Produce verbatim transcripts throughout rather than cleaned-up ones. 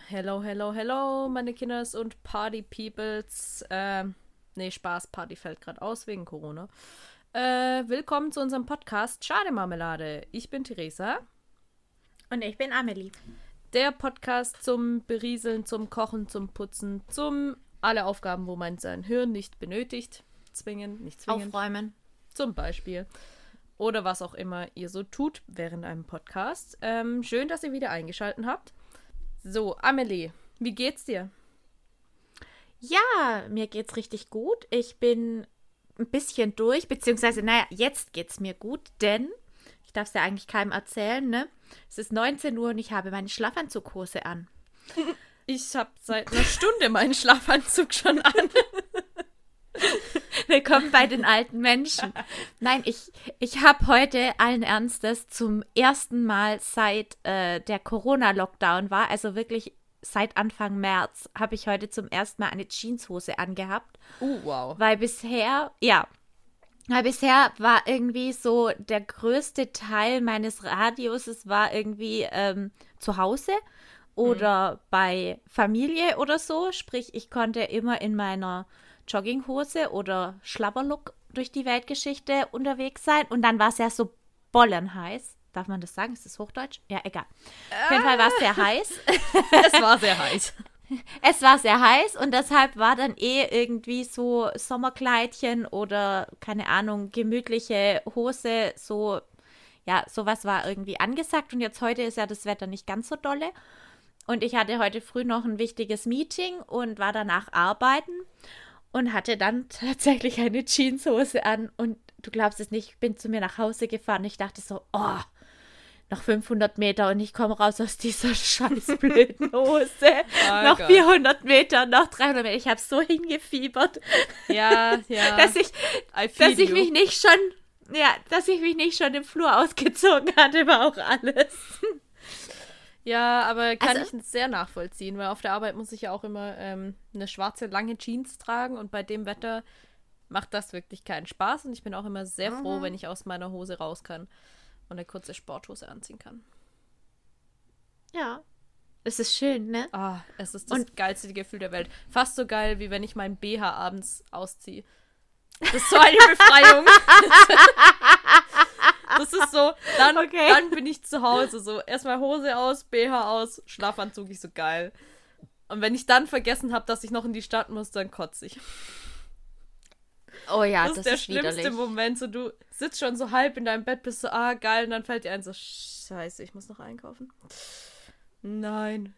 Hello, hello, hello, meine Kinders und Party Peoples. Ähm, nee, Spaß, Party fällt gerade aus wegen Corona. Äh, willkommen zu unserem Podcast Schade Marmelade. Ich bin Theresa. Und ich bin Amelie. Der Podcast zum Berieseln, zum Kochen, zum Putzen, zum alle Aufgaben, wo man sein Hirn nicht benötigt. Zwingen, nicht zwingen. Aufräumen. Zum Beispiel. Oder was auch immer ihr so tut während einem Podcast. Ähm, schön, dass ihr wieder eingeschaltet habt. So, Amelie, wie geht's dir? Ja, mir geht's richtig gut. Ich bin ein bisschen durch, beziehungsweise, naja, jetzt geht's mir gut, denn, ich darf es ja eigentlich keinem erzählen, ne? Es ist neunzehn Uhr und ich habe meine Schlafanzughose an. Ich habe seit einer Stunde meinen Schlafanzug schon an. Willkommen bei den alten Menschen. Nein, ich, ich habe heute allen Ernstes zum ersten Mal seit äh, der Corona-Lockdown war, also wirklich seit Anfang März, habe ich heute zum ersten Mal eine Jeanshose angehabt. Uh, wow. Weil bisher, ja, weil bisher war irgendwie so der größte Teil meines Radiuses war irgendwie ähm, zu Hause oder mhm. bei Familie oder so. Sprich, ich konnte immer in meiner Jogginghose oder Schlabberlook durch die Weltgeschichte unterwegs sein. Und dann war es ja so bollenheiß. Darf man das sagen? Ist das Hochdeutsch? Ja, egal. Äh. Auf jeden Fall war es sehr heiß. Es war sehr heiß. Es war sehr heiß und deshalb war dann eh irgendwie so Sommerkleidchen oder, keine Ahnung, gemütliche Hose, so, ja, sowas war irgendwie angesagt. Und jetzt heute ist ja das Wetter nicht ganz so dolle. Und ich hatte heute früh noch ein wichtiges Meeting und war danach arbeiten. Und hatte dann tatsächlich eine Jeanshose an. Und du glaubst es nicht, ich bin zu mir nach Hause gefahren. Ich dachte so, oh, noch fünfhundert Meter und ich komme raus aus dieser scheiß blöden Hose. Oh noch Gott. vierhundert Meter, noch dreihundert Meter. Ich habe so hingefiebert. Ja, ja. Dass ich, dass ich mich nicht schon, ja, dass ich mich nicht schon im Flur ausgezogen hatte, war auch alles. Ja, aber kann also, ich sehr nachvollziehen, weil auf der Arbeit muss ich ja auch immer ähm, eine schwarze, lange Jeans tragen und bei dem Wetter macht das wirklich keinen Spaß und ich bin auch immer sehr froh, mhm. wenn ich aus meiner Hose raus kann und eine kurze Sporthose anziehen kann. Ja, es ist schön, ne? Ah, es ist das und geilste Gefühl der Welt. Fast so geil, wie wenn ich meinen B H abends ausziehe. Das ist so eine Befreiung. Das ist so, dann, okay. dann bin ich zu Hause, so erstmal Hose aus, B H aus, Schlafanzug, ich so geil. Und wenn ich dann vergessen habe, dass ich noch in die Stadt muss, dann kotze ich. Oh ja, das, das ist der ist schlimmste widerlich. Moment, so du sitzt schon so halb in deinem Bett, bist so, ah geil, und dann fällt dir ein so, scheiße, ich muss noch einkaufen. Nein.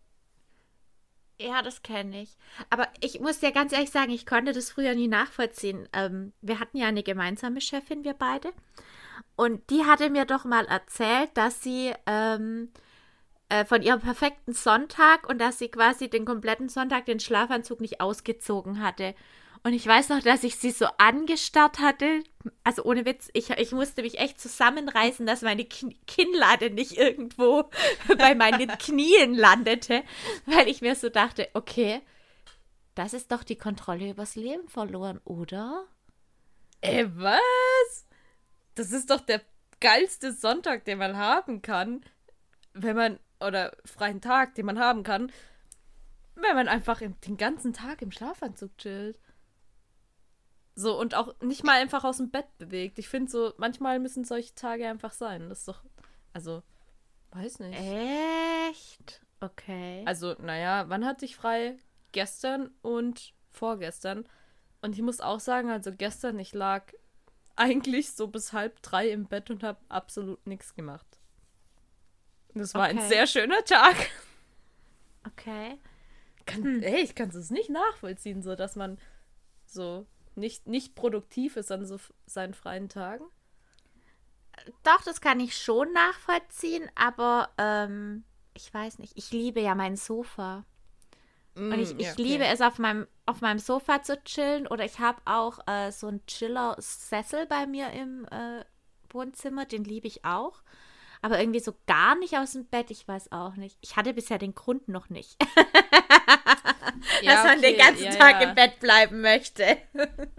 Ja, das kenne ich. Aber ich muss dir ganz ehrlich sagen, ich konnte das früher nie nachvollziehen. Ähm, wir hatten ja eine gemeinsame Chefin, wir beide. Und die hatte mir doch mal erzählt, dass sie ähm, äh, von ihrem perfekten Sonntag und dass sie quasi den kompletten Sonntag den Schlafanzug nicht ausgezogen hatte. Und ich weiß noch, dass ich sie so angestarrt hatte. Also ohne Witz, ich, ich musste mich echt zusammenreißen, dass meine Kn- Kinnlade nicht irgendwo bei meinen Knien landete. Weil ich mir so dachte, okay, das ist doch die Kontrolle übers Leben verloren, oder? Ey, was? Das ist doch der geilste Sonntag, den man haben kann, wenn man, oder freien Tag, den man haben kann, wenn man einfach im, den ganzen Tag im Schlafanzug chillt. So, und auch nicht mal einfach aus dem Bett bewegt. Ich finde so, manchmal müssen solche Tage einfach sein. Das ist doch, also, weiß nicht. Echt? Okay. Also, naja, wann hatte ich frei? Gestern und vorgestern. Und ich muss auch sagen, also gestern, ich lag eigentlich so bis halb drei im Bett und habe absolut nichts gemacht. Das war okay. Ein sehr schöner Tag. Okay. Kann, hm. Ey, ich kann es nicht nachvollziehen, so dass man so nicht, nicht produktiv ist an so seinen freien Tagen. Doch, das kann ich schon nachvollziehen, aber ähm, ich weiß nicht, ich liebe ja mein Sofa. Mm, und ich, ich ja, okay. liebe es, auf meinem, auf meinem Sofa zu chillen. Oder ich habe auch äh, so einen Chiller-Sessel bei mir im äh, Wohnzimmer. Den liebe ich auch. Aber irgendwie so gar nicht aus dem Bett, ich weiß auch nicht. Ich hatte bisher den Grund noch nicht. Ja, dass man okay. den ganzen ja, Tag ja. im Bett bleiben möchte.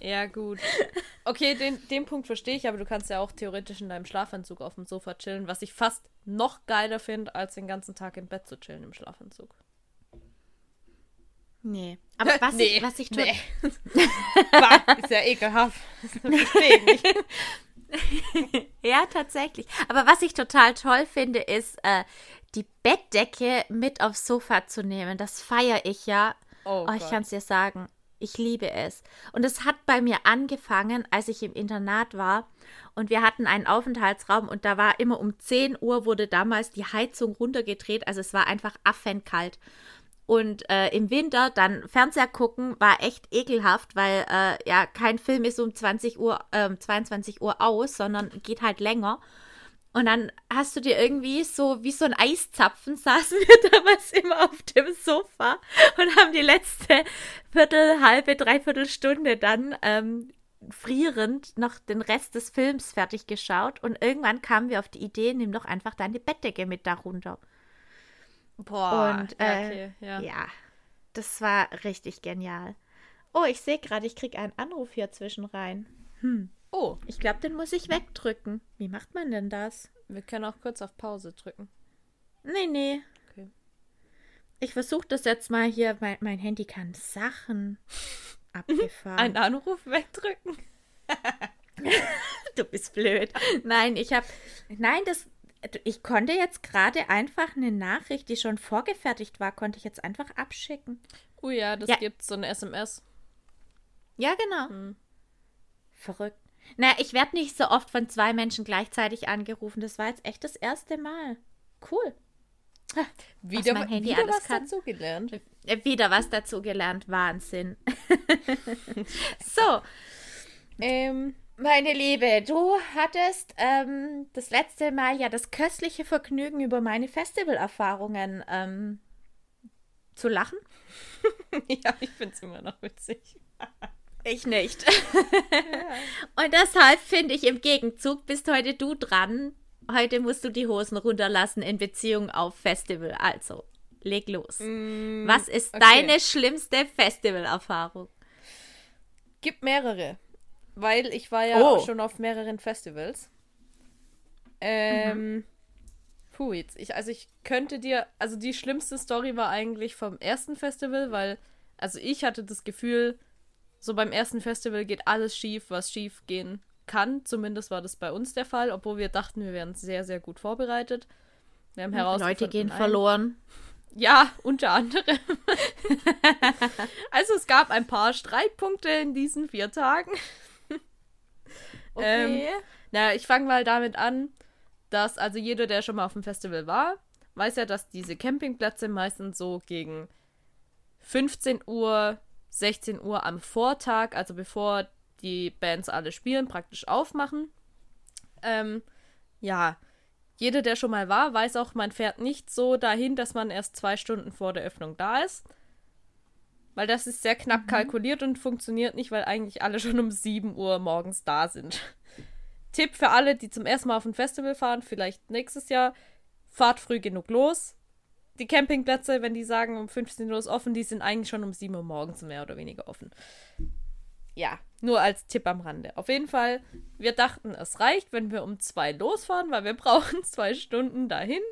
Ja, gut. Okay, den, den Punkt verstehe ich, aber du kannst ja auch theoretisch in deinem Schlafanzug auf dem Sofa chillen, was ich fast noch geiler finde, als den ganzen Tag im Bett zu chillen im Schlafanzug. Nee. Aber was nee, ich, was ich tue. Nee. Bah, ist ja ekelhaft. Das verstehe ich nicht. Ja, tatsächlich. Aber was ich total toll finde, ist, äh, die Bettdecke mit aufs Sofa zu nehmen. Das feiere ich ja. Oh, Oh, ich Gott. kann es dir sagen. Ich liebe es. Und es hat bei mir angefangen, als ich im Internat war. Und wir hatten einen Aufenthaltsraum und da war immer um zehn Uhr wurde damals die Heizung runtergedreht. Also es war einfach affenkalt. Und äh, im Winter dann Fernseher gucken war echt ekelhaft, weil äh, ja kein Film ist um zwanzig Uhr, ähm, zweiundzwanzig Uhr aus, sondern geht halt länger. Und dann hast du dir irgendwie so, wie so ein Eiszapfen, saßen wir damals immer auf dem Sofa und haben die letzte Viertel, halbe, dreiviertel Stunde dann ähm, frierend noch den Rest des Films fertig geschaut. Und irgendwann kamen wir auf die Idee, nimm doch einfach deine Bettdecke mit darunter. Boah, Und ja, äh, okay, ja. ja, das war richtig genial. Oh, ich sehe gerade, ich kriege einen Anruf hier zwischen rein. Hm. Oh, Ich glaube, den muss ich wegdrücken. Wie macht man denn das? wir können auch kurz auf Pause drücken. Nee, nee. Okay. Ich versuche das jetzt mal hier. Mein, mein Handy kann Sachen abgefahren. Einen Anruf wegdrücken? Du bist blöd. Nein, ich habe. Nein, das. Ich konnte jetzt gerade einfach eine Nachricht, die schon vorgefertigt war, konnte ich jetzt einfach abschicken. Oh ja, das Ja. gibt so eine S M S. Ja, genau. Hm. Verrückt. Na, ich werde nicht so oft von zwei Menschen gleichzeitig angerufen. Das war jetzt echt das erste Mal. Cool. Wieder, mein Handy wieder alles was kann. dazugelernt. Äh, Wieder was dazu gelernt. Wahnsinn. So, Ähm, meine Liebe, du hattest ähm, das letzte Mal ja das köstliche Vergnügen, über meine Festivalerfahrungen ähm, zu lachen. ja, ich finde es immer noch witzig. Ich nicht. Und deshalb finde ich, im Gegenzug bist heute du dran. Heute musst du die Hosen runterlassen in Beziehung auf Festival. Also, leg los. Mm, Was ist okay. deine schlimmste Festivalerfahrung? Gibt mehrere. Weil ich war ja Oh. auch schon auf mehreren Festivals. Ähm, puh, jetzt, ich, also ich könnte dir, also die schlimmste Story war eigentlich vom ersten Festival, weil, also ich hatte das Gefühl, so beim ersten Festival geht alles schief, was schief gehen kann. Zumindest war das bei uns der Fall, obwohl wir dachten, wir wären sehr, sehr gut vorbereitet. Wir haben herausgefunden, Leute gehen nein. verloren. Ja, unter anderem. Also es gab ein paar Streitpunkte in diesen vier Tagen. Okay. Ähm, na, ich fange mal damit an, dass also jeder, der schon mal auf dem Festival war, weiß ja, dass diese Campingplätze meistens so gegen fünfzehn Uhr, sechzehn Uhr am Vortag, also bevor die Bands alle spielen, praktisch aufmachen. Ähm, ja, jeder, der schon mal war, weiß auch, man fährt nicht so dahin, dass man erst zwei Stunden vor der Öffnung da ist. Weil das ist sehr knapp kalkuliert und funktioniert nicht, weil eigentlich alle schon um sieben Uhr morgens da sind. Tipp für alle, die zum ersten Mal auf ein Festival fahren, vielleicht nächstes Jahr, fahrt früh genug los. Die Campingplätze, wenn die sagen, um fünfzehn Uhr ist offen, die sind eigentlich schon um sieben Uhr morgens mehr oder weniger offen. Ja, nur als Tipp am Rande. Auf jeden Fall, wir dachten, es reicht, wenn wir um zwei losfahren, weil wir brauchen zwei Stunden dahin.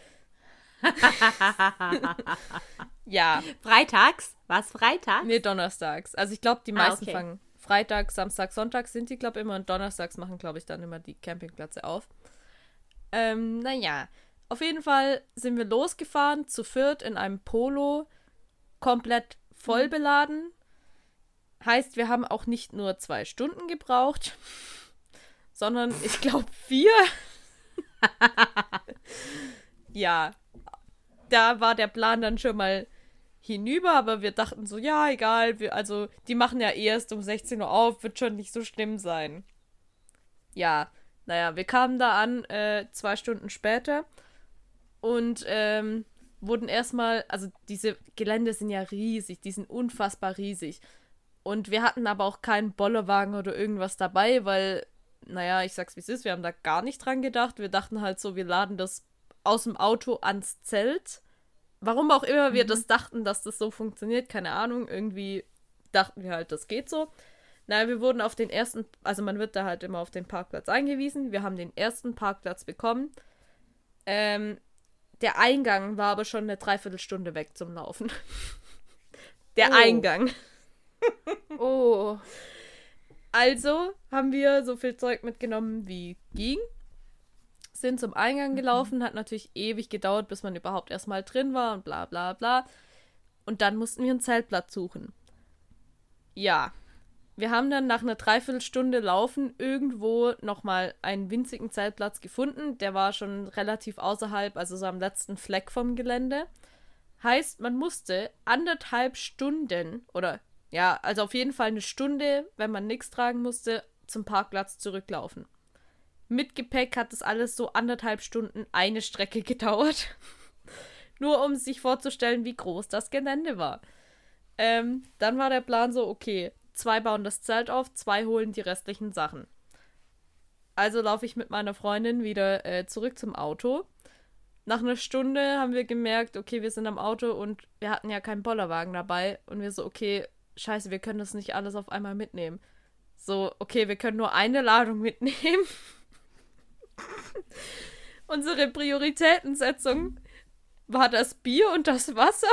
Ja, Freitags? War es Freitag? nee, donnerstags. Also ich glaube, die Ah, meisten okay. fangen Freitag, Samstag, Sonntag sind die, glaube ich, immer. Und donnerstags machen, glaube ich, dann immer die Campingplätze auf. Ähm, naja, auf jeden Fall sind wir losgefahren, zu viert in einem Polo, komplett voll beladen. Heißt, wir haben auch nicht nur zwei Stunden gebraucht, sondern ich glaube vier. Ja, da war der Plan dann schon mal hinüber, aber wir dachten so, ja, egal, wir, also die machen ja erst um sechzehn Uhr auf, wird schon nicht so schlimm sein. Ja, naja, wir kamen da an, äh, zwei Stunden später und ähm, wurden erstmal, also diese Gelände sind ja riesig, die sind unfassbar riesig. Und wir hatten aber auch keinen Bollerwagen oder irgendwas dabei, weil, naja, ich sag's wie es ist, wir haben da gar nicht dran gedacht. Wir dachten halt so, wir laden das aus dem Auto ans Zelt. Warum auch immer wir das dachten, dass das so funktioniert, keine Ahnung. Irgendwie dachten wir halt, das geht so. Na, wir wurden auf den ersten, also man wird da halt immer auf den Parkplatz eingewiesen. Wir haben den ersten Parkplatz bekommen. Ähm, der Eingang war aber schon eine Dreiviertelstunde weg zum Laufen. Der Oh. Eingang. Oh. Also haben wir so viel Zeug mitgenommen, wie ging. Sind zum Eingang gelaufen, hat natürlich ewig gedauert, bis man überhaupt erstmal drin war und bla bla bla. Und dann mussten wir einen Zeltplatz suchen. Ja, wir haben dann nach einer Dreiviertelstunde Laufen irgendwo nochmal einen winzigen Zeltplatz gefunden. Der war schon relativ außerhalb, also so am letzten Fleck vom Gelände. Heißt, man musste anderthalb Stunden, oder ja, also auf jeden Fall eine Stunde, wenn man nichts tragen musste, zum Parkplatz zurücklaufen. Mit Gepäck hat das alles so anderthalb Stunden eine Strecke gedauert. Nur um sich vorzustellen, wie groß das Gelände war. Ähm, dann war der Plan so, okay, zwei bauen das Zelt auf, zwei holen die restlichen Sachen. Also laufe ich mit meiner Freundin wieder äh, zurück zum Auto. Nach einer Stunde haben wir gemerkt, okay, wir sind am Auto und wir hatten ja keinen Bollerwagen dabei. Und wir so, okay, scheiße, wir können das nicht alles auf einmal mitnehmen. So, okay, wir können nur eine Ladung mitnehmen. Unsere Prioritätensetzung war das Bier und das Wasser.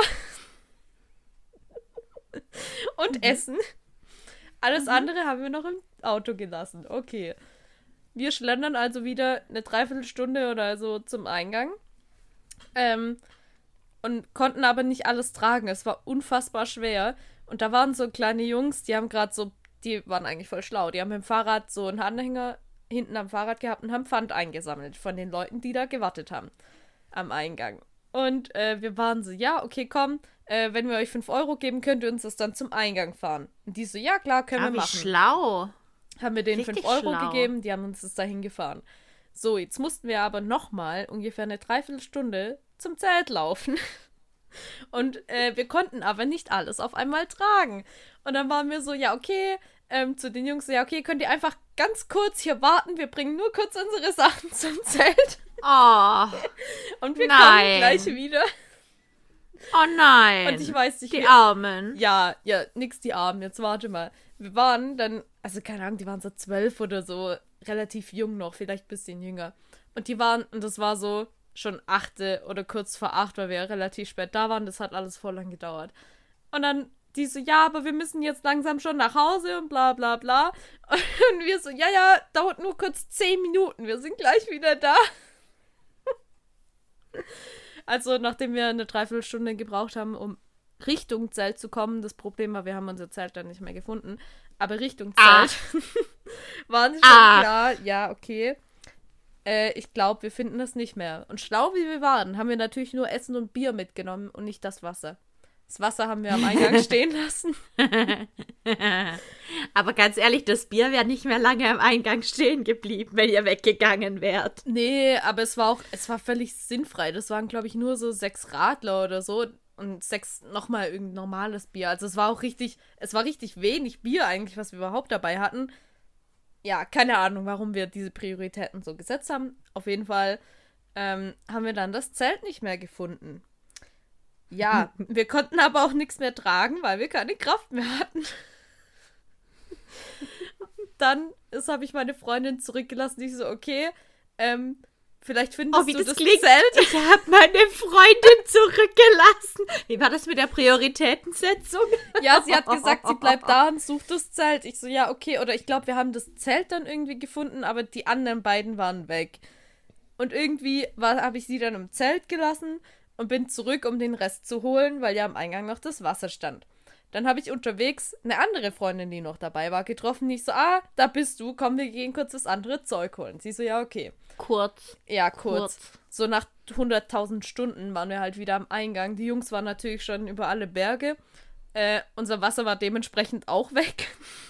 Und mhm. Essen. Alles mhm. andere haben wir noch im Auto gelassen. Okay. Wir schlendern also wieder eine Dreiviertelstunde oder so zum Eingang. Ähm, und konnten aber nicht alles tragen. Es war unfassbar schwer. Und da waren so kleine Jungs, die haben gerade so, die waren eigentlich voll schlau. Die haben mit dem Fahrrad so einen Anhänger hinten am Fahrrad gehabt und haben Pfand eingesammelt von den Leuten, die da gewartet haben am Eingang. Und äh, wir waren so, ja, okay, komm, äh, wenn wir euch fünf Euro geben, könnt ihr uns das dann zum Eingang fahren. Und die so, ja, klar, können ah, wir wie machen. Schlau. Haben wir denen Richtig fünf Euro schlau. gegeben, die haben uns das dahin gefahren. So, jetzt mussten wir aber nochmal ungefähr eine Dreiviertelstunde zum Zelt laufen. Und äh, wir konnten aber nicht alles auf einmal tragen. Und dann waren wir so, ja, okay, ähm, zu den Jungs so, ja, okay, könnt ihr einfach ganz kurz hier warten, wir bringen nur kurz unsere Sachen zum Zelt. Oh, und wir nein. kommen gleich wieder. Oh nein. Und ich weiß nicht, die wir, Armen. Ja, ja, nix die Armen, jetzt warte mal. Wir waren dann, also keine Ahnung, die waren so zwölf oder so, relativ jung noch, vielleicht ein bisschen jünger. Und die waren, und das war so schon achte oder kurz vor acht, weil wir ja relativ spät da waren, das hat alles voll lang gedauert. Und dann die so, ja, aber wir müssen jetzt langsam schon nach Hause und bla bla bla. Und wir so, ja, ja, dauert nur kurz zehn Minuten, wir sind gleich wieder da. Also, nachdem wir eine Dreiviertelstunde gebraucht haben, um Richtung Zelt zu kommen, das Problem war, wir haben unser Zelt dann nicht mehr gefunden, aber Richtung Zelt war nicht schon ah. klar, ja, okay, äh, ich glaube, wir finden das nicht mehr. Und schlau wie wir waren, haben wir natürlich nur Essen und Bier mitgenommen und nicht das Wasser. Das Wasser haben wir am Eingang stehen lassen. Aber ganz ehrlich, das Bier wäre nicht mehr lange am Eingang stehen geblieben, wenn ihr weggegangen wärt. Nee, aber es war auch, es war völlig sinnfrei. Das waren, glaube ich, nur so sechs Radler oder so und sechs nochmal irgendein normales Bier. Also es war auch richtig, es war richtig wenig Bier eigentlich, was wir überhaupt dabei hatten. Ja, keine Ahnung, warum wir diese Prioritäten so gesetzt haben. Auf jeden Fall ähm, haben wir dann das Zelt nicht mehr gefunden. Ja, wir konnten aber auch nichts mehr tragen, weil wir keine Kraft mehr hatten. Dann habe ich meine Freundin zurückgelassen. Ich so, okay, ähm, vielleicht findest oh, wie du das, das klingt. Zelt. Ich habe meine Freundin zurückgelassen. Wie war das mit der Prioritätensetzung? Ja, sie hat gesagt, sie bleibt da und sucht das Zelt. Ich so, ja, okay. Oder ich glaube, wir haben das Zelt dann irgendwie gefunden, aber die anderen beiden waren weg. Und irgendwie habe ich sie dann im Zelt gelassen und bin zurück, um den Rest zu holen, weil ja am Eingang noch das Wasser stand. Dann habe ich unterwegs eine andere Freundin, die noch dabei war, getroffen. Die so, ah, da bist du, komm, wir gehen kurz das andere Zeug holen. Sie so, ja, okay. Kurz. Ja, kurz. kurz. So nach hunderttausend Stunden waren wir halt wieder am Eingang. Die Jungs waren natürlich schon über alle Berge. Äh, unser Wasser war dementsprechend auch weg.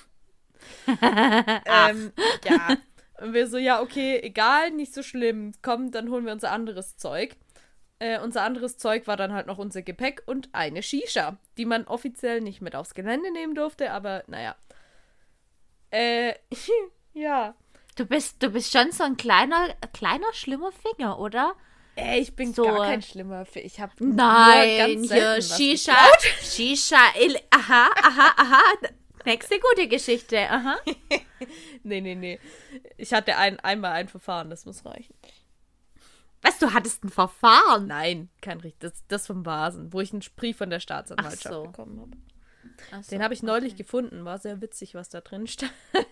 ähm, ja. Und wir so, ja, okay, egal, nicht so schlimm. Komm, dann holen wir unser anderes Zeug. Äh, unser anderes Zeug war dann halt noch unser Gepäck und eine Shisha, die man offiziell nicht mit aufs Gelände nehmen durfte, aber naja. Äh, ja. Du bist, du bist schon so ein kleiner, kleiner, schlimmer Finger, oder? Ey, ich bin so. gar kein schlimmer Finger. Ich hab Nein, nur ganz hier, selten Shisha, Shisha, il, aha, aha, aha. Nächste gute Geschichte, aha. nee, nee, nee. Ich hatte ein, einmal ein Verfahren, das muss reichen. Was, du hattest ein Verfahren? Nein, kein richtig. Das, das vom Vasen, wo ich einen Brief von der Staatsanwaltschaft so. bekommen habe. Ach so, Den habe ich neulich okay. gefunden. War sehr witzig, was da drin stand.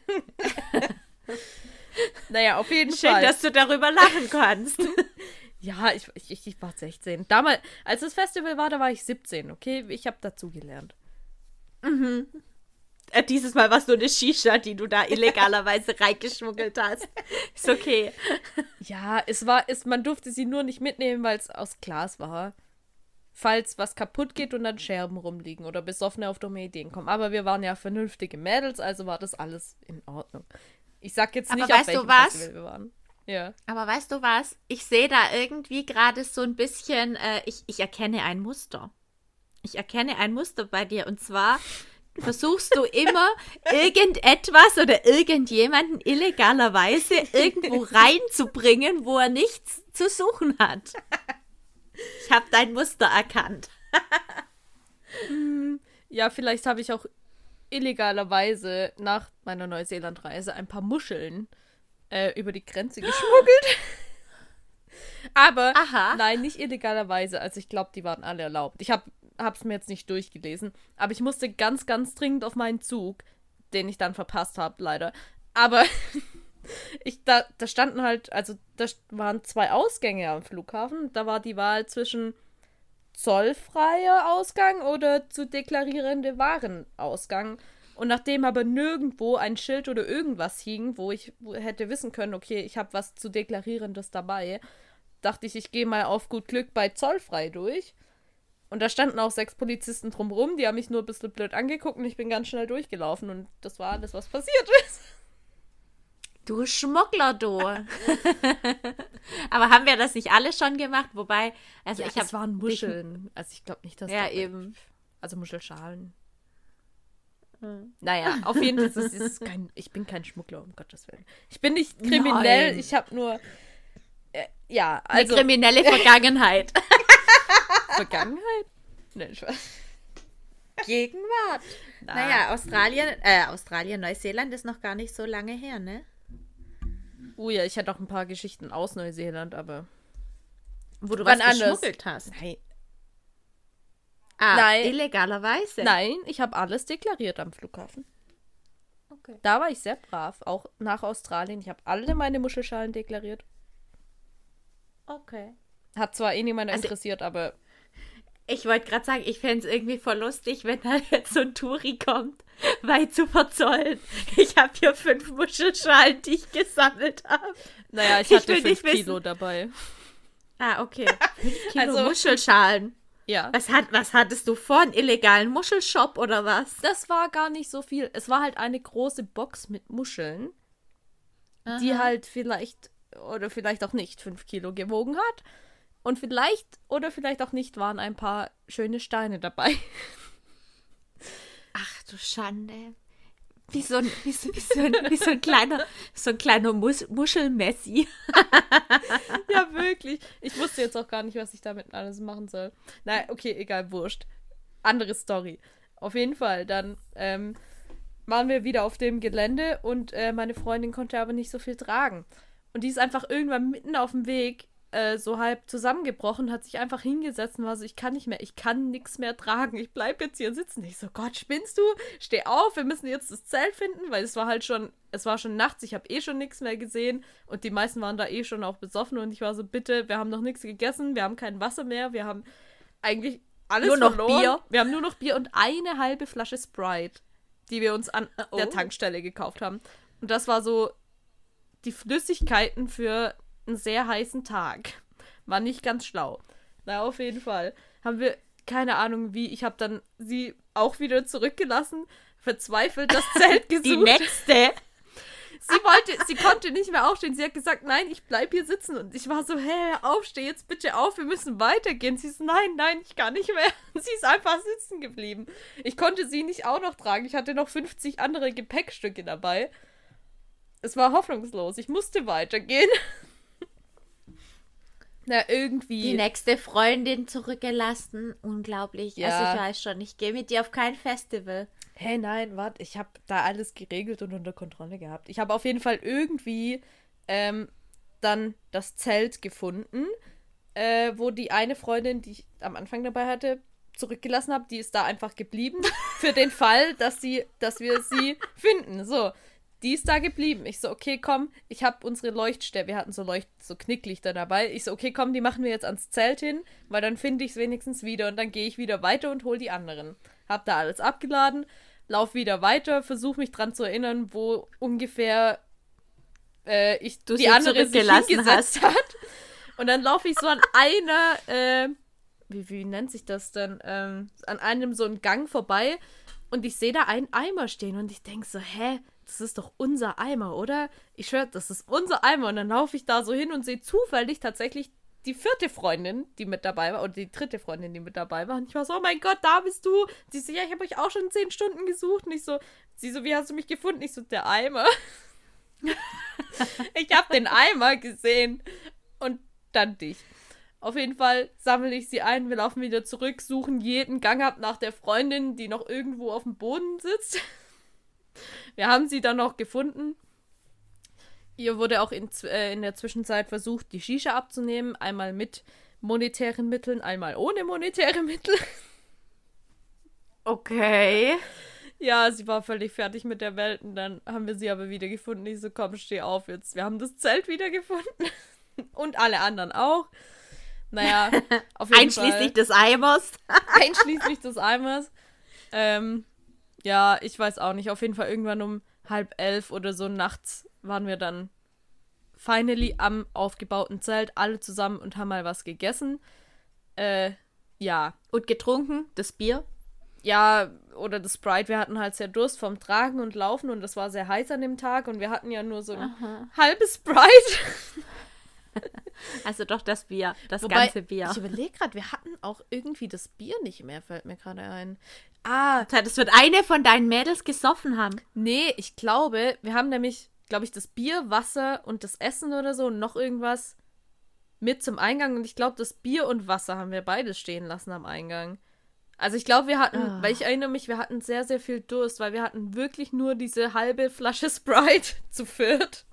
Naja, auf jeden Schön, Fall. dass du darüber lachen kannst. Ja, ich, ich, ich war sechzehn. Damals, als das Festival war, da war ich siebzehn, okay? Ich habe dazugelernt. Mhm. Äh, dieses Mal war es nur eine Shisha, die du da illegalerweise reingeschmuggelt hast. Ist okay. Ja, es war, es, man durfte sie nur nicht mitnehmen, weil es aus Glas war. Falls was kaputt geht und dann Scherben rumliegen oder Besoffene auf dumme Ideen kommen. Aber wir waren ja vernünftige Mädels, also war das alles in Ordnung. Ich sag jetzt nicht, Aber auf weißt du welchem was? Festival wir waren. Ja. Aber weißt du was? Ich sehe da irgendwie gerade so ein bisschen, äh, ich, ich erkenne ein Muster. Ich erkenne ein Muster bei dir. Und zwar versuchst du immer, irgendetwas oder irgendjemanden illegalerweise irgendwo reinzubringen, wo er nichts zu suchen hat. Ich habe dein Muster erkannt. Ja, vielleicht habe ich auch illegalerweise nach meiner Neuseeland-Reise ein paar Muscheln äh, über die Grenze geschmuggelt. Aber Aha. nein, nicht illegalerweise. Also ich glaube, die waren alle erlaubt. Ich habe es mir jetzt nicht durchgelesen. Aber ich musste ganz, ganz dringend auf meinen Zug, den ich dann verpasst habe, leider. Aber ich, da, da standen halt, also da waren zwei Ausgänge am Flughafen. Da war die Wahl zwischen zollfreier Ausgang oder zu deklarierende Warenausgang. Und nachdem aber nirgendwo ein Schild oder irgendwas hing, wo ich hätte wissen können, okay, ich habe was zu deklarierendes dabei, dachte ich, ich gehe mal auf gut Glück bei zollfrei durch. Und da standen auch sechs Polizisten drumrum, die haben mich nur ein bisschen blöd angeguckt und ich bin ganz schnell durchgelaufen und das war alles, was passiert ist. Du Schmuggler, du. Aber haben wir das nicht alle schon gemacht? Wobei, also Ja, ich habe... es waren Muscheln. Also ich glaube nicht, dass Ja, da- eben. Also Muschelschalen. Hm. Naja, auf jeden Fall ist es ist kein, ich bin kein Schmuggler, um Gottes Willen. Ich bin nicht kriminell, Nein. ich habe nur, äh, ja, Eine also kriminelle Vergangenheit. Vergangenheit? Nein, Spaß. Gegenwart. Na. Naja, Australien, äh, Australien, Neuseeland ist noch gar nicht so lange her, ne? Oh ja, ich hatte auch ein paar Geschichten aus Neuseeland, aber Wo du Wann was anders? geschmuggelt hast. nein, Ah, Nein. illegalerweise. nein, ich habe alles deklariert am Flughafen. Okay. Da war ich sehr brav, auch nach Australien. Ich habe alle meine Muschelschalen deklariert. Okay. Hat zwar eh niemand Also- interessiert, aber Ich wollte gerade sagen, ich fände es irgendwie voll lustig, wenn da jetzt so ein Touri kommt, weit zu verzollen. Ich habe hier fünf Muschelschalen, die ich gesammelt habe. naja, ich Ich hatte will fünf nicht wissen- Kilo dabei. Ah, okay. Fünf Kilo Also- Muschelschalen. Ja. Was, hat, was hattest du vor? Einen illegalen Muschelshop oder was? Das war gar nicht so viel. Es war halt eine große Box mit Muscheln, die Aha. halt vielleicht oder vielleicht auch nicht fünf Kilo gewogen hat. Und vielleicht oder vielleicht auch nicht waren ein paar schöne Steine dabei. Ach du Schande. Wie so ein, wie so, wie so ein, wie so ein kleiner, so ein kleiner Mus Muschelmessi. Ja, wirklich. Ich wusste jetzt auch gar nicht, was ich damit alles machen soll. Na, okay, egal, wurscht. Andere Story. Auf jeden Fall, dann ähm, waren wir wieder auf dem Gelände und äh, meine Freundin konnte aber nicht so viel tragen. Und die ist einfach irgendwann mitten auf dem Weg äh, so halb zusammengebrochen, hat sich einfach hingesetzt und war so, ich kann nicht mehr, ich kann nichts mehr tragen, ich bleib jetzt hier sitzen. Ich so, Gott, spinnst du? Steh auf, wir müssen jetzt das Zelt finden, weil es war halt schon, es war schon nachts, ich habe eh schon nichts mehr gesehen und die meisten waren da eh schon auch besoffen und ich war so, bitte, wir haben noch nichts gegessen, wir haben kein Wasser mehr, wir haben eigentlich alles Nur noch verloren. Bier. Wir haben nur noch Bier und eine halbe Flasche Sprite, die wir uns an Oh. der Tankstelle gekauft haben. Und das war so die Flüssigkeiten für einen sehr heißen Tag. War nicht ganz schlau. Na, auf jeden Fall. Haben wir keine Ahnung wie. Ich habe dann sie auch wieder zurückgelassen, verzweifelt das Zelt gesucht. Die nächste. Sie wollte, sie konnte nicht mehr aufstehen. Sie hat gesagt, nein, ich bleib hier sitzen. Und ich war so, hä, aufsteh jetzt bitte auf, wir müssen weitergehen. Sie ist, nein, nein, ich kann nicht mehr. Und sie ist einfach sitzen geblieben. Ich konnte sie nicht auch noch tragen. Ich hatte noch fünfzig andere Gepäckstücke dabei. Es war hoffnungslos. Ich musste weitergehen. Na, irgendwie. Die nächste Freundin zurückgelassen. Unglaublich. Ja. Also ich weiß schon, ich gehe mit dir auf kein Festival. Hey, nein, warte, ich habe da alles geregelt und unter Kontrolle gehabt. Ich habe auf jeden Fall irgendwie ähm, dann das Zelt gefunden, äh, wo die eine Freundin, die ich am Anfang dabei hatte, zurückgelassen habe, die ist da einfach geblieben. Für den Fall, dass sie, dass wir sie finden. So, die ist da geblieben. Ich so, okay, komm, ich habe unsere Leuchtstäbe, wir hatten so Leucht, so Knicklichter dabei. Ich so, okay, komm, die machen wir jetzt ans Zelt hin, weil dann finde ich es wenigstens wieder und dann gehe ich wieder weiter und hole die anderen. Hab da alles abgeladen, lauf wieder weiter, versuche mich dran zu erinnern, wo ungefähr äh, ich Du die sie andere sich zurückgelassen hingesetzt hat. Und dann laufe ich so an einer, äh, wie, wie nennt sich das denn, ähm, an einem so einen Gang vorbei und ich sehe da einen Eimer stehen und ich denke so, hä, das ist doch unser Eimer, oder? Ich schwöre, das ist unser Eimer. Und dann laufe ich da so hin und sehe zufällig tatsächlich die vierte Freundin, die mit dabei war, oder die dritte Freundin, die mit dabei war. Und ich war so, oh mein Gott, da bist du. Sie so, ja, ich habe euch auch schon zehn Stunden gesucht. Und ich so, sie so, wie hast du mich gefunden? Ich so, der Eimer. Ich habe den Eimer gesehen. Und dann dich. Auf jeden Fall sammle ich sie ein, wir laufen wieder zurück, suchen jeden Gang ab nach der Freundin, die noch irgendwo auf dem Boden sitzt. Wir haben sie dann noch gefunden. Ihr wurde auch in, äh, in der Zwischenzeit versucht, die Shisha abzunehmen. Einmal mit monetären Mitteln, einmal ohne monetäre Mittel. Okay. Ja, sie war völlig fertig mit der Welt und dann haben wir sie aber wieder gefunden. Ich so, komm, steh auf jetzt. Wir haben das Zelt wieder gefunden. Und alle anderen auch. Naja, auf jeden Einschließlich Fall. des Eimers. Einschließlich des Eimers. Ähm, ja, ich weiß auch nicht. Auf jeden Fall irgendwann um halb elf oder so nachts waren wir dann finally am aufgebauten Zelt, alle zusammen und haben mal was gegessen. Äh, ja. Und getrunken, das Bier. Ja, oder das Sprite. Wir hatten halt sehr Durst vom Tragen und Laufen und das war sehr heiß an dem Tag und wir hatten ja nur so ein Aha. halbes Sprite. Also doch das Bier, das Wobei, ganze Bier. Ich überlege gerade, wir hatten auch irgendwie das Bier nicht mehr, fällt mir gerade ein. Ah. Das wird eine von deinen Mädels gesoffen haben. Nee, ich glaube, wir haben nämlich, glaube ich, das Bier, Wasser und das Essen oder so und noch irgendwas mit zum Eingang. Und ich glaube, das Bier und Wasser haben wir beides stehen lassen am Eingang. Also ich glaube, wir hatten, oh. weil ich erinnere mich, wir hatten sehr, sehr viel Durst, weil wir hatten wirklich nur diese halbe Flasche Sprite zu viert.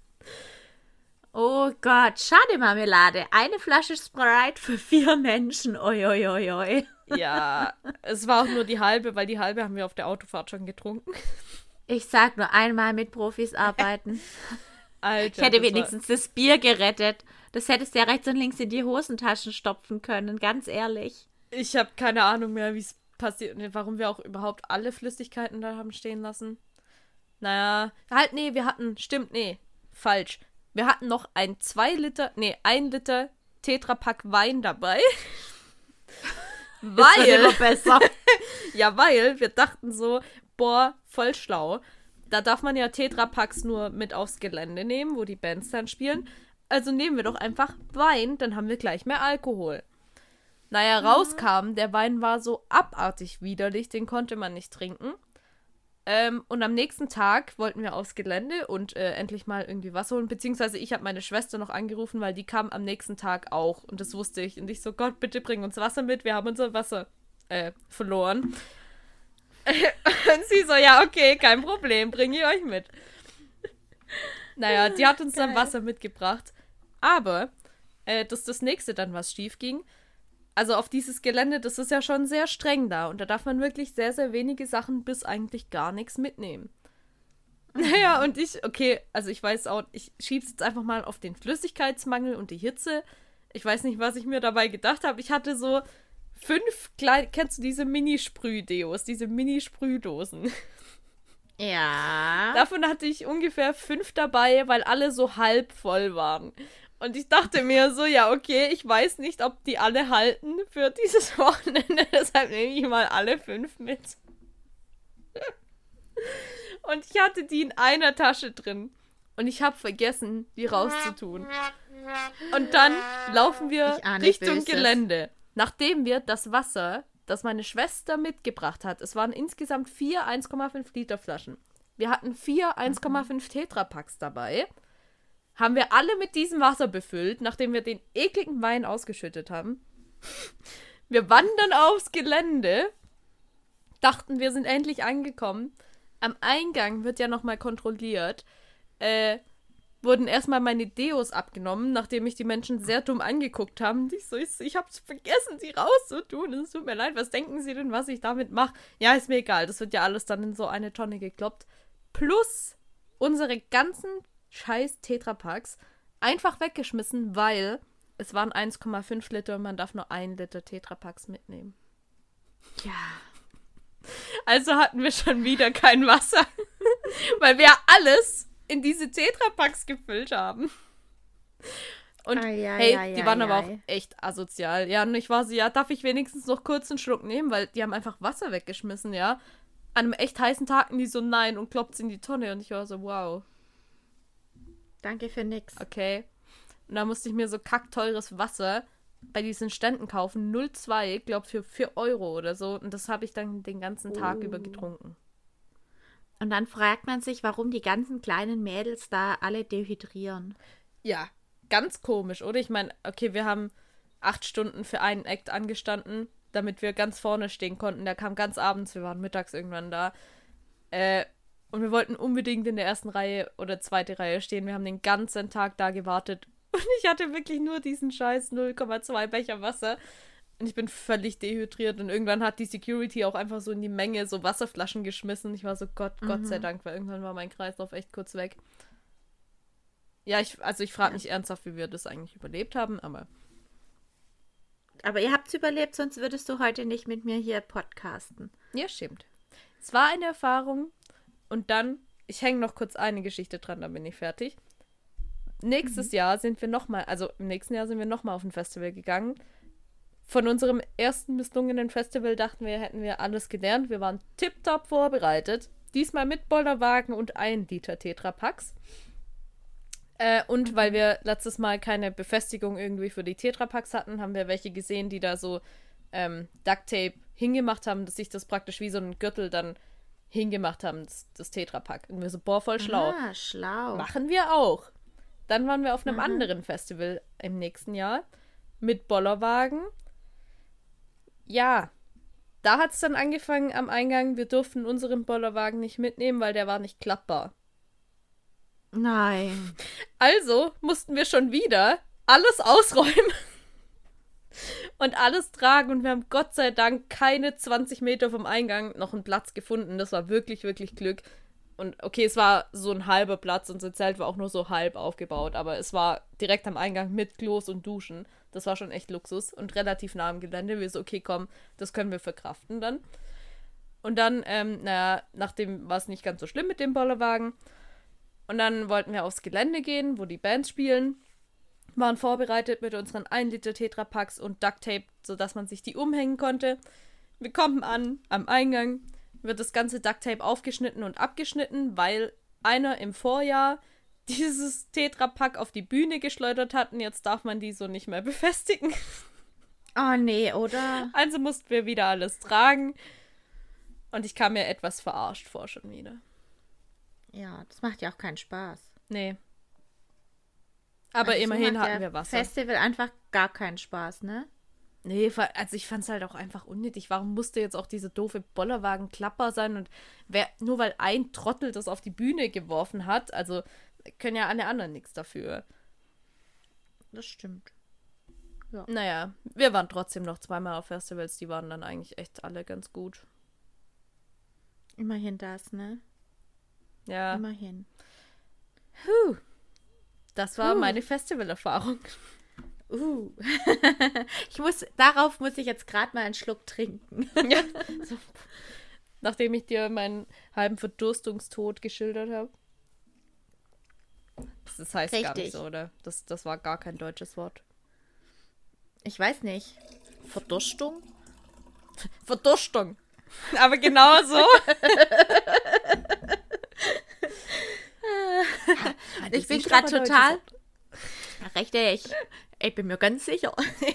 Oh Gott, schade Marmelade. Eine Flasche Sprite für vier Menschen. Oi, oi, oi, oi. Ja, es war auch nur die halbe, weil die halbe haben wir auf der Autofahrt schon getrunken. Ich sag nur einmal mit Profis arbeiten. Alter, ich hätte wenigstens war... das Bier gerettet. Das hättest du ja rechts und links in die Hosentaschen stopfen können, ganz ehrlich. Ich habe keine Ahnung mehr, wie es passiert, warum wir auch überhaupt alle Flüssigkeiten da haben stehen lassen. Naja, halt, nee, wir hatten, stimmt, nee, falsch. Wir hatten noch ein zwei Liter, nee, ein Liter Tetrapack Wein dabei. Weil, das wird immer besser. Ja, weil wir dachten so, boah, voll schlau. Da darf man ja Tetrapacks nur mit aufs Gelände nehmen, wo die Bands dann spielen. Also nehmen wir doch einfach Wein, dann haben wir gleich mehr Alkohol. Naja, rauskam, der Wein war so abartig widerlich, den konnte man nicht trinken. Ähm, und am nächsten Tag wollten wir aufs Gelände und äh, endlich mal irgendwie Wasser holen. Beziehungsweise ich habe meine Schwester noch angerufen, weil die kam am nächsten Tag auch. Und das wusste ich. Und ich so, Gott, bitte bring uns Wasser mit. Wir haben unser Wasser äh, verloren. Und sie so, ja, okay, kein Problem. Bringe ich euch mit. Naja, die hat uns Geil. Dann Wasser mitgebracht. Aber, äh, das ist das nächste dann, was schief ging. Also auf dieses Gelände, das ist ja schon sehr streng da. Und da darf man wirklich sehr, sehr wenige Sachen bis eigentlich gar nichts mitnehmen. Mhm. Naja, und ich, okay, also ich weiß auch, ich schieb's jetzt einfach mal auf den Flüssigkeitsmangel und die Hitze. Ich weiß nicht, was ich mir dabei gedacht habe. Ich hatte so fünf kleine, kennst du diese Mini-Sprühdeos, diese Mini-Sprühdosen? Ja. Davon hatte ich ungefähr fünf dabei, weil alle so halb voll waren. Und ich dachte mir so, ja, okay, ich weiß nicht, ob die alle halten für dieses Wochenende, deshalb nehme ich mal alle fünf mit. Und ich hatte die in einer Tasche drin. Und ich habe vergessen, die rauszutun. Und dann laufen wir Richtung Böses. Gelände. Nachdem wir das Wasser, das meine Schwester mitgebracht hat, es waren insgesamt vier eins Komma fünf Liter Flaschen. Wir hatten vier eins Komma fünf Tetrapacks dabei. Haben wir alle mit diesem Wasser befüllt, nachdem wir den ekligen Wein ausgeschüttet haben. Wir wandern aufs Gelände. dachten, wir sind endlich angekommen. Am Eingang wird ja nochmal kontrolliert. Äh, wurden erstmal meine Deos abgenommen, nachdem mich die Menschen sehr dumm angeguckt haben. Ich so, ich, ich hab's vergessen, sie rauszutun. Es tut mir leid, was denken sie denn, was ich damit mache? Ja, ist mir egal, das wird ja alles dann in so eine Tonne gekloppt. Plus unsere ganzen scheiß Tetrapacks einfach weggeschmissen, weil es waren eins Komma fünf Liter und man darf nur ein Liter Tetrapacks mitnehmen. Ja. Also hatten wir schon wieder kein Wasser, weil wir alles in diese Tetrapacks gefüllt haben. Und ai, ai, hey, ai, die waren ai, aber ai. auch echt asozial. Ja, und ich war so, ja, darf ich wenigstens noch kurz einen Schluck nehmen, weil die haben einfach Wasser weggeschmissen, ja. An einem echt heißen Tag und die so, nein, und klopft's in die Tonne. Und ich war so, wow. Danke für nix. Okay. Und da musste ich mir so kackteures Wasser bei diesen Ständen kaufen. null Komma zwei, glaub für vier Euro oder so. Und das habe ich dann den ganzen Tag Oh. über getrunken. Und dann fragt man sich, warum die ganzen kleinen Mädels da alle dehydrieren. Ja, ganz komisch, oder? Ich meine, okay, wir haben acht Stunden für einen Act angestanden, damit wir ganz vorne stehen konnten. Der kam ganz abends, wir waren mittags irgendwann da. Äh, und wir wollten unbedingt in der ersten Reihe oder zweite Reihe stehen. Wir haben den ganzen Tag da gewartet. Und ich hatte wirklich nur diesen scheiß null Komma zwei Becher Wasser. Und ich bin völlig dehydriert. Und irgendwann hat die Security auch einfach so in die Menge so Wasserflaschen geschmissen. Ich war so, Gott, Gott sei Dank, weil irgendwann war mein Kreislauf echt kurz weg. Ja, ich, also ich frage mich ernsthaft, wie wir das eigentlich überlebt haben, aber Aber ihr habt's überlebt, sonst würdest du heute nicht mit mir hier podcasten. ja, stimmt. Es war eine Erfahrung und dann, ich hänge noch kurz eine Geschichte dran, dann bin ich fertig. Nächstes Jahr sind wir nochmal, also im nächsten Jahr sind wir nochmal auf ein Festival gegangen. Von unserem ersten misslungenen Festival dachten wir, hätten wir alles gelernt. Wir waren tipptopp vorbereitet. Diesmal mit Bollerwagen und ein Liter Tetrapacks. Äh, und weil wir letztes Mal keine Befestigung irgendwie für die Tetrapacks hatten, haben wir welche gesehen, die da so ähm, Ducktape hingemacht haben, dass sich das praktisch wie so ein Gürtel dann hingemacht haben, das, das Tetrapack. Und wir so, boah, voll schlau. Ah, schlau. Machen wir auch. Dann waren wir auf einem Aha. anderen Festival im nächsten Jahr mit Bollerwagen. Ja, da hat es dann angefangen am Eingang, wir durften unseren Bollerwagen nicht mitnehmen, weil der war nicht klappbar. Nein. Also mussten wir schon wieder alles ausräumen und alles tragen und wir haben Gott sei Dank keine zwanzig Meter vom Eingang noch einen Platz gefunden. Das war wirklich, wirklich Glück. Und okay, es war so ein halber Platz, unser Zelt war auch nur so halb aufgebaut, aber es war direkt am Eingang mit Klos und Duschen. Das war schon echt Luxus und relativ nah am Gelände. Wir so, okay, komm, das können wir verkraften dann. Und dann, ähm, naja, nachdem war es nicht ganz so schlimm mit dem Bollerwagen. Und dann wollten wir aufs Gelände gehen, wo die Bands spielen. Waren vorbereitet mit unseren ein Liter Tetrapacks und Ducktape, sodass man sich die umhängen konnte. Wir kommen an, am Eingang wird das ganze Ducktape aufgeschnitten und abgeschnitten, weil einer im Vorjahr dieses Tetrapack auf die Bühne geschleudert hat und jetzt darf man die so nicht mehr befestigen. Oh nee, oder? Also mussten wir wieder alles tragen und ich kam mir etwas verarscht vor schon wieder. Ja, das macht ja auch keinen Spaß. Nee. Aber Also so immerhin macht hatten ja wir Wasser. Festival einfach gar keinen Spaß, ne? Nee, also ich fand's halt auch einfach unnötig. Warum musste jetzt auch diese doofe Bollerwagen klappbar sein? Und wer, nur weil ein Trottel das auf die Bühne geworfen hat, also können ja alle anderen nichts dafür. Das stimmt. Naja, wir waren trotzdem noch zweimal auf Festivals, die waren dann eigentlich echt alle ganz gut. Immerhin das, ne? Ja. Immerhin. Puh. Das war Puh. meine Festivalerfahrung. Uh. ich muss, darauf muss ich jetzt gerade mal einen Schluck trinken. Ja. So. Nachdem ich dir meinen halben Verdurstungstod geschildert habe. Das heißt gar Richtig. nicht so, oder? Das, das war gar kein deutsches Wort. Ich weiß nicht. Verdurstung? Verdurstung. Aber genau so. Ich bin gerade total. Richtig. Ich bin mir ganz sicher.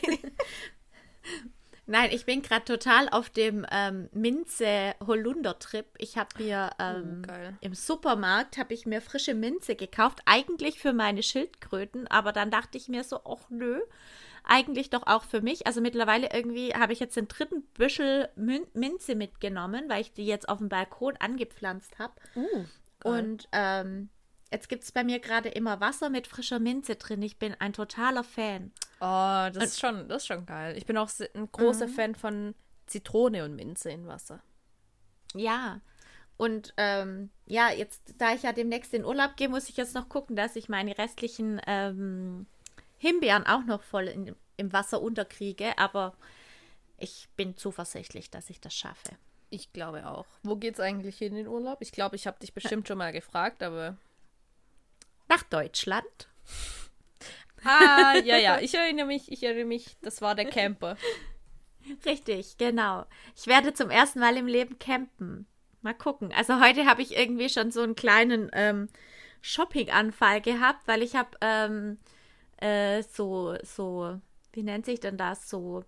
Nein, ich bin gerade total auf dem ähm, Minze-Holunder-Trip. Ich habe mir ähm, Oh, geil. im Supermarkt habe ich mir frische Minze gekauft, eigentlich für meine Schildkröten, aber dann dachte ich mir so, ach nö, eigentlich doch auch für mich. Also mittlerweile irgendwie habe ich jetzt den dritten Büschel Min- Minze mitgenommen, weil ich die jetzt auf dem Balkon angepflanzt habe. Uh, Und ähm, jetzt gibt es bei mir gerade immer Wasser mit frischer Minze drin. Ich bin ein totaler Fan. Oh, das ist schon, das ist schon geil. Ich bin auch ein großer Mhm. Fan von Zitrone und Minze in Wasser. Ja. Und ähm, ja, jetzt, da ich ja demnächst in Urlaub gehe, muss ich jetzt noch gucken, dass ich meine restlichen ähm, Himbeeren auch noch voll in, im Wasser unterkriege. Aber ich bin zuversichtlich, dass ich das schaffe. Ich glaube auch. Wo geht's eigentlich hin in den Urlaub? Ich glaube, ich habe dich bestimmt schon mal gefragt, aber... Nach Deutschland. Ah, ja, ja, ich erinnere mich, ich erinnere mich, das war der Camper. Richtig, genau. Ich werde zum ersten Mal im Leben campen. Mal gucken. Also heute habe ich irgendwie schon so einen kleinen ähm, Shopping-Anfall gehabt, weil ich habe ähm, äh, so, so, wie nennt sich denn das? So